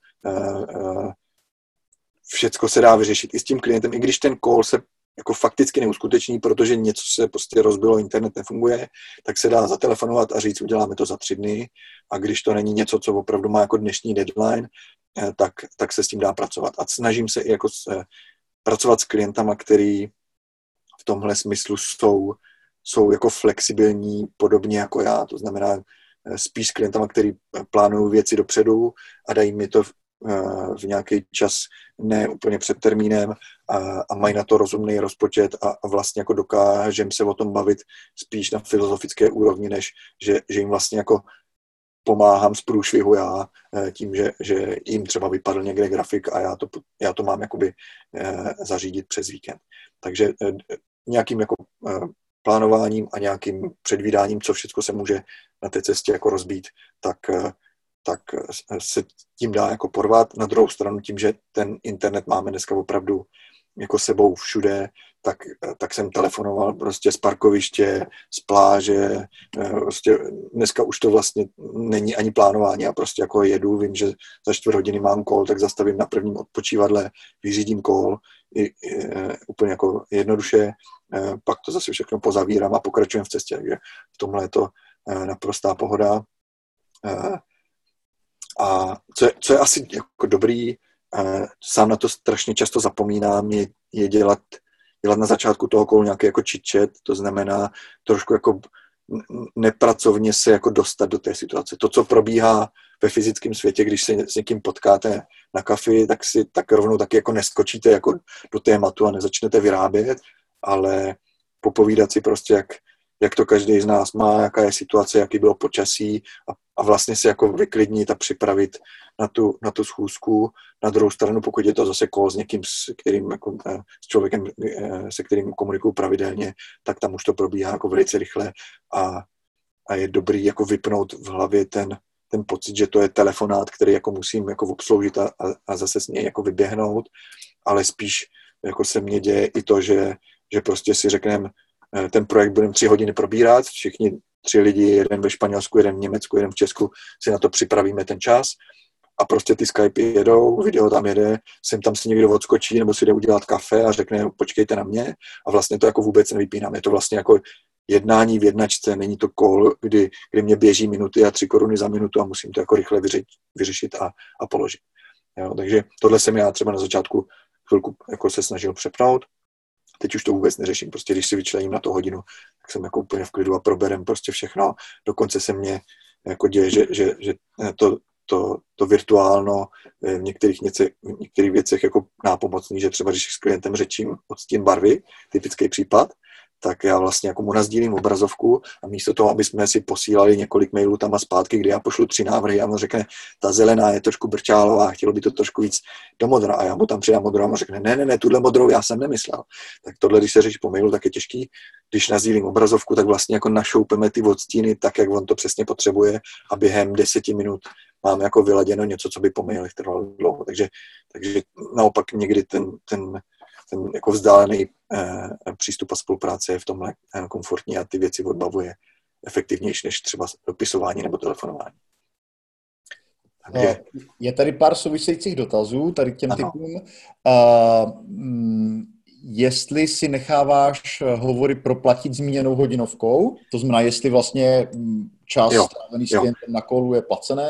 všecko se dá vyřešit i s tím klientem, i když ten call se jako fakticky neuskuteční, protože něco se prostě rozbilo, internet nefunguje, tak se dá zatelefonovat a říct, uděláme to za 3 dny, a když to není něco, co opravdu má jako dnešní deadline, tak se s tím dá pracovat. A snažím se i jako pracovat s klientama, který v tomhle smyslu jsou jako flexibilní, podobně jako já, to znamená spíš s klientama, který plánují věci dopředu a dají mi to v nějaký čas, ne úplně před termínem, a mají na to rozumný rozpočet a vlastně jako dokážem se o tom bavit spíš na filozofické úrovni, než že jim vlastně jako pomáhám z průšvihu já tím, že jim třeba vypadl někde grafik a já to mám jakoby zařídit přes víkend. Takže nějakým jako plánováním a nějakým předvídáním, co všechno se může na té cestě jako rozbít, tak se tím dá jako porvat. Na druhou stranu tím, že ten internet máme dneska opravdu jako sebou všude, tak jsem telefonoval prostě z parkoviště, z pláže, prostě dneska už to vlastně není ani plánování, já prostě jako jedu, vím, že za 4 hodiny mám call, tak zastavím na prvním odpočívadle, vyřídím call, úplně jako jednoduše, pak to zase všechno pozavírám a pokračujem v cestě, takže v tomhle je to naprostá pohoda. A co je asi jako dobrý, sám na to strašně často zapomínám, je dělat na začátku toho callu nějaký jako chit-chat, to znamená trošku jako nepracovně se jako dostat do té situace. To, co probíhá ve fyzickém světě, když se s někým potkáte na kafi, tak rovnou taky jako neskočíte jako do tématu a nezačnete vyrábět, ale popovídat si prostě, jak to každý z nás má, jaká je situace, jaký bylo počasí a vlastně se jako vyklidnit a připravit na tu schůzku. Na druhou stranu, pokud je to zase call s někým, s člověkem, se kterým komunikuju pravidelně, tak tam už to probíhá jako velice rychle a je dobrý jako vypnout v hlavě ten pocit, že to je telefonát, který jako musím jako obsloužit a zase s něj jako vyběhnout, ale spíš jako se mně děje i to, že prostě si řekneme, ten projekt budeme 3 hodiny probírat, všichni 3 lidi, jeden ve Španělsku, jeden v Německu, jeden v Česku, si na to připravíme ten čas a prostě ty Skypey jedou, video tam jede, sem tam si někdo odskočí nebo si jde udělat kafe a řekne, počkejte na mě, a vlastně to jako vůbec nevypínám. Je to vlastně jako jednání v jednačce, není to call, kdy mě běží minuty a 3 koruny za minutu a musím to jako rychle vyřešit a položit. Jo, takže tohle jsem já třeba na začátku chvilku jako se snažil přepnout. Teď už to vůbec neřeším, prostě když si vyčlením na to hodinu, tak jsem jako úplně v klidu a proberem prostě všechno. Dokonce se mně jako děje, že to virtuálno v některých věcech jako nápomocný, že třeba když s klientem řečím odstín barvy, typický případ, tak já vlastně jako mu nasdílím obrazovku a místo toho, aby jsme si posílali několik mailů tam a zpátky, kdy já pošlu 3 návrhy a on řekne, ta zelená je trošku brčálová, chtělo by to trošku víc do modra, a já mu tam přidám modrou a on řekne, ne, tuhle modrou já jsem nemyslel. Tak tohle, když se řeší po mailu, tak je těžký. Když nasdílím obrazovku, tak vlastně jako našoupeme ty odstíny tak, jak on to přesně potřebuje, a během 10 minut máme jako vyladěno něco, co by po mailech trvalo dlouho. Takže naopak někdy ten jako vzdálený přístup a spolupráce je v tomhle komfortní a ty věci odbavuje efektivnější než třeba dopisování nebo telefonování. Takže... Je tady pár souvisejících dotazů tady k těm typům. Jestli si necháváš hovory proplatit zmíněnou hodinovkou, to znamená, jestli vlastně čas strávený s klientem na callu je placený?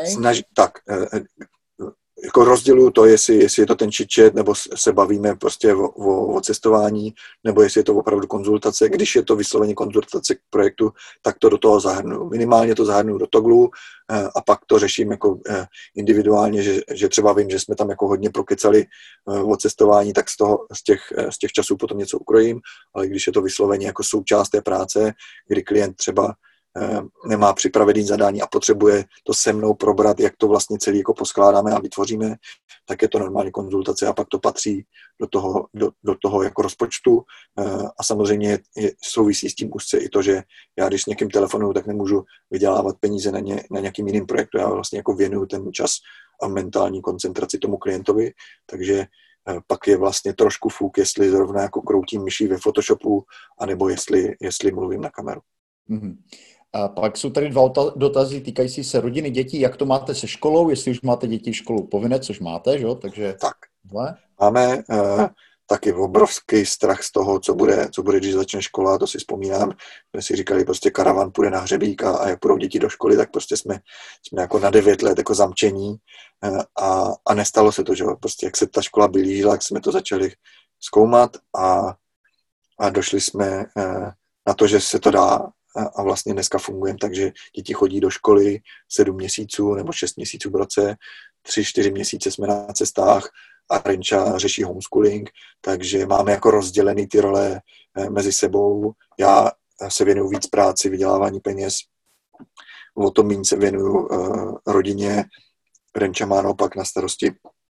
Jako rozděluju to, jestli je to ten chit-chat, nebo se bavíme prostě o cestování, nebo jestli je to opravdu konzultace. Když je to vysloveně konzultace k projektu, tak to do toho zahrnu. Minimálně to zahrnu do toglu a pak to řeším jako individuálně, že třeba vím, že jsme tam jako hodně prokecali o cestování, tak z těch časů potom něco ukrojím, ale když je to vysloveně jako součást té práce, kdy klient třeba nemá připravený zadání a potřebuje to se mnou probrat, jak to vlastně celý jako poskládáme a vytvoříme, tak je to normální konzultace a pak to patří do toho jako rozpočtu. A samozřejmě souvisí s tím úzce i to, že já když s někým telefonuju, tak nemůžu vydělávat peníze na nějakým jiným projektu. Já vlastně jako věnuju ten čas a mentální koncentraci tomu klientovi, takže pak je vlastně trošku fuk, jestli zrovna jako kroutím myší ve Photoshopu, anebo jestli mluvím na kameru. Mm-hmm. A pak jsou tady dva dotazy týkající se rodiny, dětí. Jak to máte se školou, jestli už máte děti školu povinné, což máte, že jo? Takže Tak. Dva. Máme taky obrovský strach z toho, co bude, když začne škola, to si vzpomínám. My si říkali, prostě karavan půjde na hřebík a jak půjdou děti do školy, tak prostě jsme jako na 9 let jako zamčení a nestalo se to, že jo. Prostě jak se ta škola blížila, jak jsme to začali zkoumat a došli jsme na to, že se to dá a vlastně dneska fungujeme, takže děti chodí do školy 7 měsíců nebo 6 měsíců v roce, 3-4 měsíce jsme na cestách a Renča řeší homeschooling, takže máme jako rozdělený ty role mezi sebou. Já se věnuju víc práci, vydělávání peněz, o to méně se věnuju rodině. Renča má naopak na starosti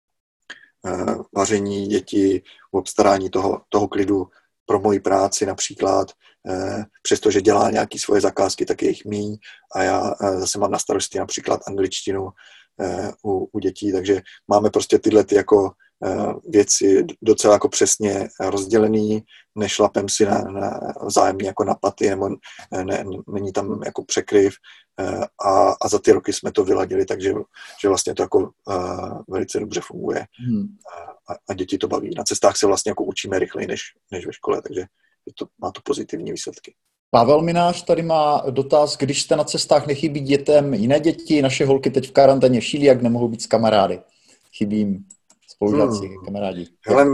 vaření dětí, obstarání toho klidu pro moji práci například, přestože dělá nějaké svoje zakázky, tak je jich míň a já zase mám na starosti například angličtinu u dětí, takže máme prostě tyhle ty jako věci docela jako přesně rozdělený, nešlapem si na vzájemně jako na paty, nebo není tam jako překryv a za ty roky jsme to vyladili, takže že vlastně to jako velice dobře funguje a děti to baví. Na cestách se vlastně jako učíme rychleji než ve škole, takže má to pozitivní výsledky. Pavel Minář tady má dotaz, když jste na cestách, nechybí dětem jiné děti, naše holky teď v karanténě šílí, jak nemohou být s kamarády. Chybí jim spolužáci, kamarádi. Hele,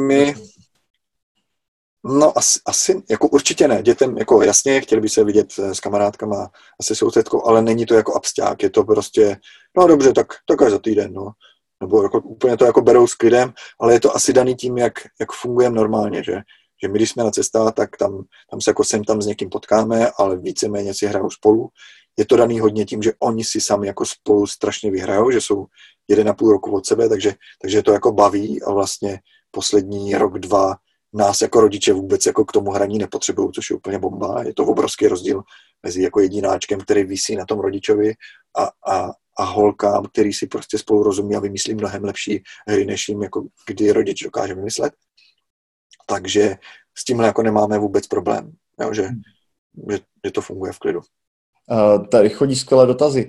no asi, jako určitě ne. Dětem, jako jasně, chtěli by se vidět s kamarádkama a se sousedkou, ale není to jako absťák, je to prostě, no dobře, tak až za týden, no. Nebo jako, úplně to jako berou s klidem, ale je to asi daný tím, jak fungujeme normálně, že my když jsme na cestách, tak tam se jako sem tam s někým potkáme, ale víceméně si hrajou spolu. Je to daný hodně tím, že oni si sami jako spolu strašně vyhrajou, že jsou 1,5 roku od sebe, takže to jako baví a vlastně poslední rok, 2 nás jako rodiče vůbec jako k tomu hraní nepotřebují, což je úplně bomba. Je to obrovský rozdíl mezi jako jedináčkem, který visí na tom rodičovi a holkám, který si prostě spolu rozumí a vymyslí mnohem lepší hry, než jim jako kdy rodič dokáže vymyslet. Takže s tímhle jako nemáme vůbec problém, jo, že to funguje v klidu. Tady chodí skvělé dotazy.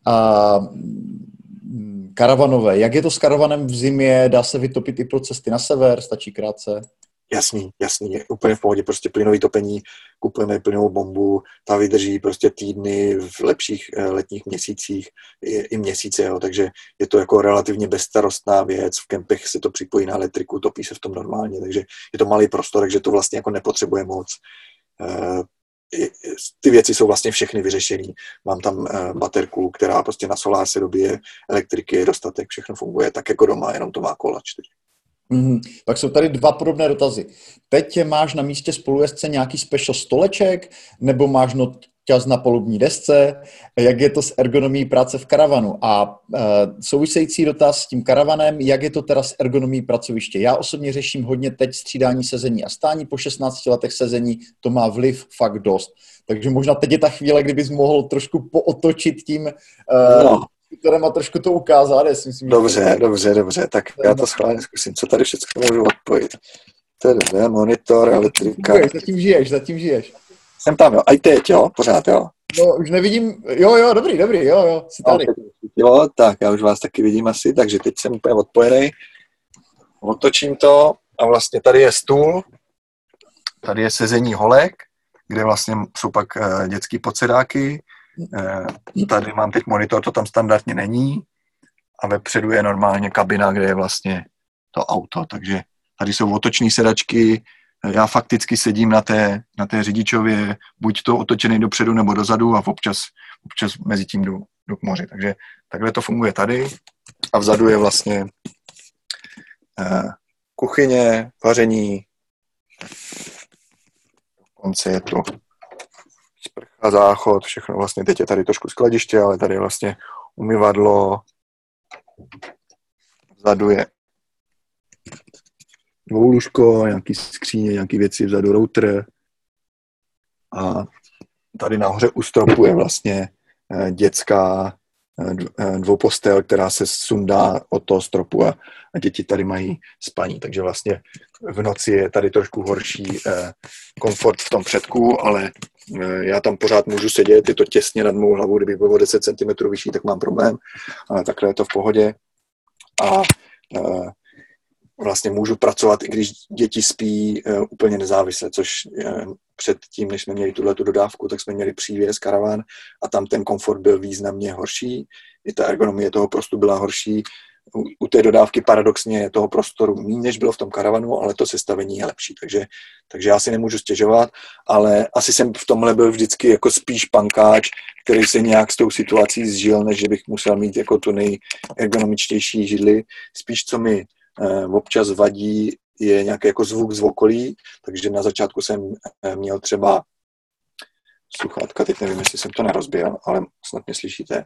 Karavanové. Jak je to s karavanem v zimě? Dá se vytopit i pro cesty na sever? Stačí krátce? Jasný, je úplně v pohodě, prostě plynový topení, kupujeme plynovou bombu, ta vydrží prostě týdny v lepších letních měsících i měsíce, jo, takže je to jako relativně bezstarostná věc, v kempech se to připojí na elektriku, topí se v tom normálně, takže je to malý prostor, takže to vlastně jako nepotřebuje moc. Ty věci jsou vlastně všechny vyřešené. Mám tam baterku, která prostě na solár se dobije, elektriky je dostatek, všechno funguje tak jako doma, jenom to má kola 4. Pak jsou tady 2 podobné dotazy. Teď máš na místě spolujezdce nějaký special stoleček, nebo máš noťaz na palubní desce? Jak je to s ergonomií práce v karavanu? A související dotaz s tím karavanem, jak je to teda s ergonomií pracoviště? Já osobně řeším hodně teď střídání sezení a stání. Po 16 letech sezení to má vliv fakt dost. Takže možná teď je ta chvíle, kdybys mohl trošku pootočit tím... kterém a trošku to ukázat. Myslím, Dobře, tak já to schválně zkusím. Co tady všechno můžu odpojit? Tady monitor, elektrika. Zatím žiješ. Jsem tam, jo. A i teď, jo? Pořád, jo? No, už nevidím. Jo, dobrý, jo, jsi tady. Jo, tak já už vás taky vidím asi, takže teď jsem úplně odpojený. Otočím to a vlastně tady je stůl, tady je sezení holek, kde vlastně jsou pak dětský podsedáky. Tady mám teď monitor, to tam standardně není a vepředu je normálně kabina, kde je vlastně to auto, takže tady jsou otočné sedačky, já fakticky sedím na té řidičově, buď to otočený dopředu nebo dozadu a občas mezi tím jdu k moři, takže takhle to funguje tady a vzadu je vlastně kuchyně, vaření, konce je tu sprcha, záchod, všechno vlastně, teď je tady trošku skladiště, ale tady je vlastně umyvadlo, vzadu je dvoulůžko, nějaký skříně, nějaký věci, vzadu router a tady nahoře u stropu je vlastně dětská dvoupostel, která se sundá od toho stropu a děti tady mají spaní. Takže vlastně v noci je tady trošku horší komfort v tom předku, ale já tam pořád můžu sedět, je to těsně nad mou hlavou, kdyby bylo 10 cm vyšší, tak mám problém, ale takhle je to v pohodě a vlastně můžu pracovat, i když děti spí úplně nezávisle, což předtím, než jsme měli tuhletu dodávku, tak jsme měli přívěs, karaván a tam ten komfort byl významně horší. I ta ergonomie toho prostoru byla horší. U té dodávky paradoxně toho prostoru méně, než bylo v tom karavanu, ale to sestavení je lepší. Takže já si nemůžu stěžovat, ale asi jsem v tomhle byl vždycky jako spíš pankáč, který se nějak s tou situací zžil, než že bych musel mít jako tu nejergonomičtější židli. Spíš, co mi občas vadí, je nějaký jako zvuk z okolí, takže na začátku jsem měl třeba sluchátka, teď nevím, jestli jsem to nerozbil, ale snad mě slyšíte,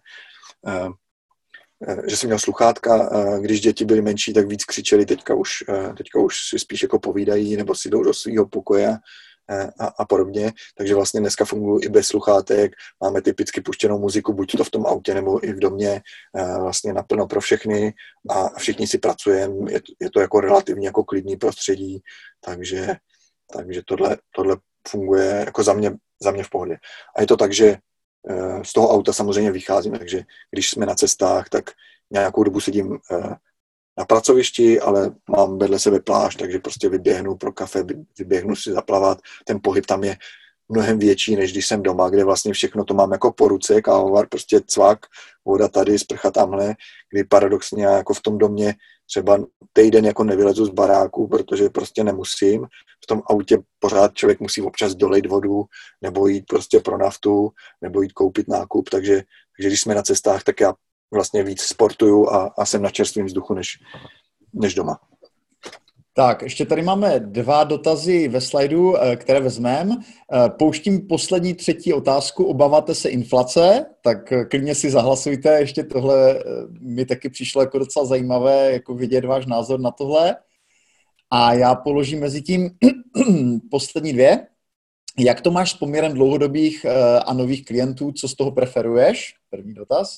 že jsem měl sluchátka, když děti byly menší, tak víc křičeli, teďka už si spíš jako povídají, nebo si jdou do svého pokoje a podobně, takže vlastně dneska fungují i bez sluchátek, máme typicky puštěnou muziku, buď to v tom autě, nebo i v domě, vlastně naplno pro všechny a všichni si pracujeme, je to jako relativně jako klidný prostředí, takže tohle funguje jako za mě v pohodě. A je to tak, že z toho auta samozřejmě vycházím, takže když jsme na cestách, tak nějakou dobu sedím na pracovišti, ale mám vedle sebe pláž, takže prostě vyběhnu pro kafe, vyběhnu si zaplavat. Ten pohyb tam je mnohem větší, než když jsem doma, kde vlastně všechno to mám jako po ruce, kávovar, prostě cvak, voda tady, sprcha tamhle, kdy paradoxně jako v tom domě třeba týden jako nevylezu z baráku, protože prostě nemusím. V tom autě pořád člověk musí občas dolejt vodu, nebo jít prostě pro naftu, nebo jít koupit nákup, takže když jsme na cestách, tak já vlastně víc sportuju a jsem na čerstvém vzduchu než doma. Tak, ještě tady máme 2 dotazy ve slajdu, které vezmeme. Pouštím poslední 3. otázku. Obáváte se inflace? Tak klidně si zahlasujte. Ještě tohle mi taky přišlo jako docela zajímavé, jako vidět váš názor na tohle. A já položím mezi tím poslední 2. Jak to máš s poměrem dlouhodobých a nových klientů? Co z toho preferuješ? První dotaz.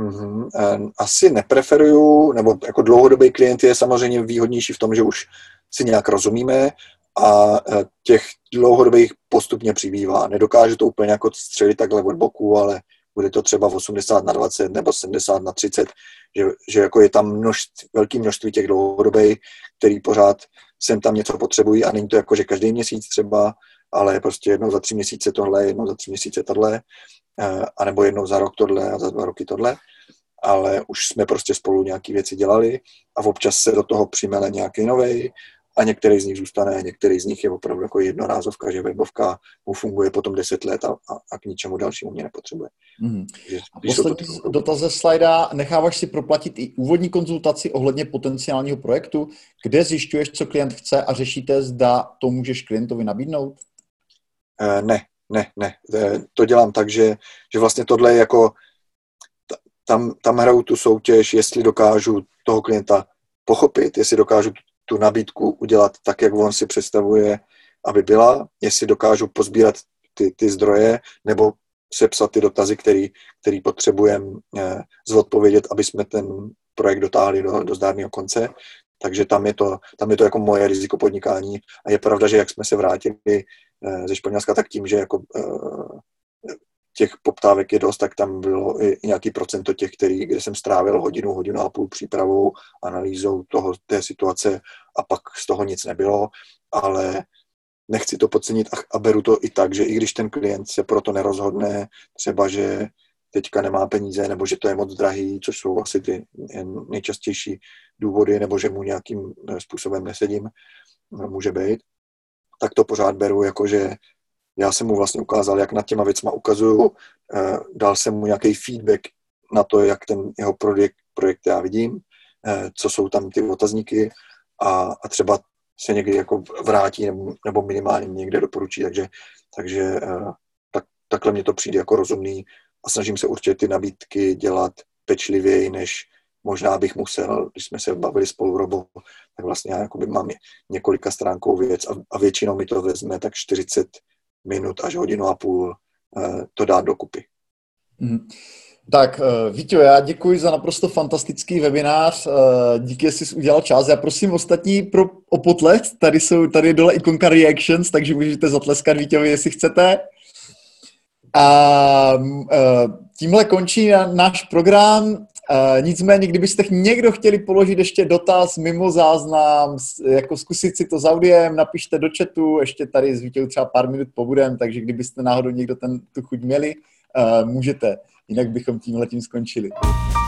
Asi nepreferuju, nebo jako dlouhodobý klient je samozřejmě výhodnější v tom, že už si nějak rozumíme a těch dlouhodobých postupně přibývá. Nedokážu to úplně jako střelit takhle od boku, ale bude to třeba 80/20 nebo 70/30, že jako je tam velké množství těch dlouhodobých, který pořád sem tam něco potřebují a není to jako, že každý měsíc třeba, ale prostě jednou za 3 měsíce tohle, jednou za 3 měsíce tohle, anebo jednou za rok tohle a za 2 roky tohle, ale už jsme prostě spolu nějaké věci dělali a občas se do toho přimele nějaký novej a některý z nich zůstane, některý z nich je opravdu jako jednorázovka, že webovka mu funguje potom 10 let a k ničemu dalšímu mě nepotřebuje. Poslední dotaz ze slajda. Necháváš si proplatit i úvodní konzultaci ohledně potenciálního projektu, kde zjišťuješ, co klient chce a řešíte, zda to můžeš klientovi nabídnout? Ne. To dělám tak, že vlastně tohle je jako tam hraju tu soutěž, jestli dokážu toho klienta pochopit, jestli dokážu tu nabídku udělat tak, jak on si představuje, aby byla, jestli dokážu pozbírat ty zdroje, nebo sepsat ty dotazy, který potřebujeme zodpovědět, aby jsme ten projekt dotáhli do zdárného konce. Takže tam je to jako moje riziko podnikání. A je pravda, že jak jsme se vrátili ze Španělska, tak tím, že jako těch poptávek je dost, tak tam bylo i nějaký procento těch, kde jsem strávil hodinu a půl přípravou, analýzou té situace a pak z toho nic nebylo, ale nechci to podcenit a beru to i tak, že i když ten klient se proto nerozhodne, třeba, že teďka nemá peníze, nebo že to je moc drahý, což jsou asi ty nejčastější důvody, nebo že mu nějakým způsobem nesedím, může být, tak to pořád beru jako, že já jsem mu vlastně ukázal, jak nad těma věcma ukazuju, dal jsem mu nějaký feedback na to, jak ten jeho projekt já vidím, co jsou tam ty otazníky a třeba se někdy jako vrátí nebo minimálně někde doporučí, takže takhle mně to přijde jako rozumný a snažím se určitě ty nabídky dělat pečlivěji, než možná bych musel, když jsme se bavili spolu, Robo, tak vlastně já jakoby mám několika stránkou věc a většinou mi to vezme tak 40 minut až 1,5 hodiny to dát dokupy. Tak, Víťo, já děkuji za naprosto fantastický webinář. Díky, že jsi udělal čas. Já prosím ostatní o potlesk. Tady je dole ikonka reactions, takže můžete zatleskat Víťovi, jestli chcete. A tímhle končí náš program. Nicméně, kdybyste někdo chtěli položit ještě dotaz mimo záznam, jako zkusit si to s audiem, napište do chatu, ještě tady s Vítěou třeba pár minut pobudem, takže kdybyste náhodou někdo tu chuť měli, můžete. Jinak bychom tímhletím skončili.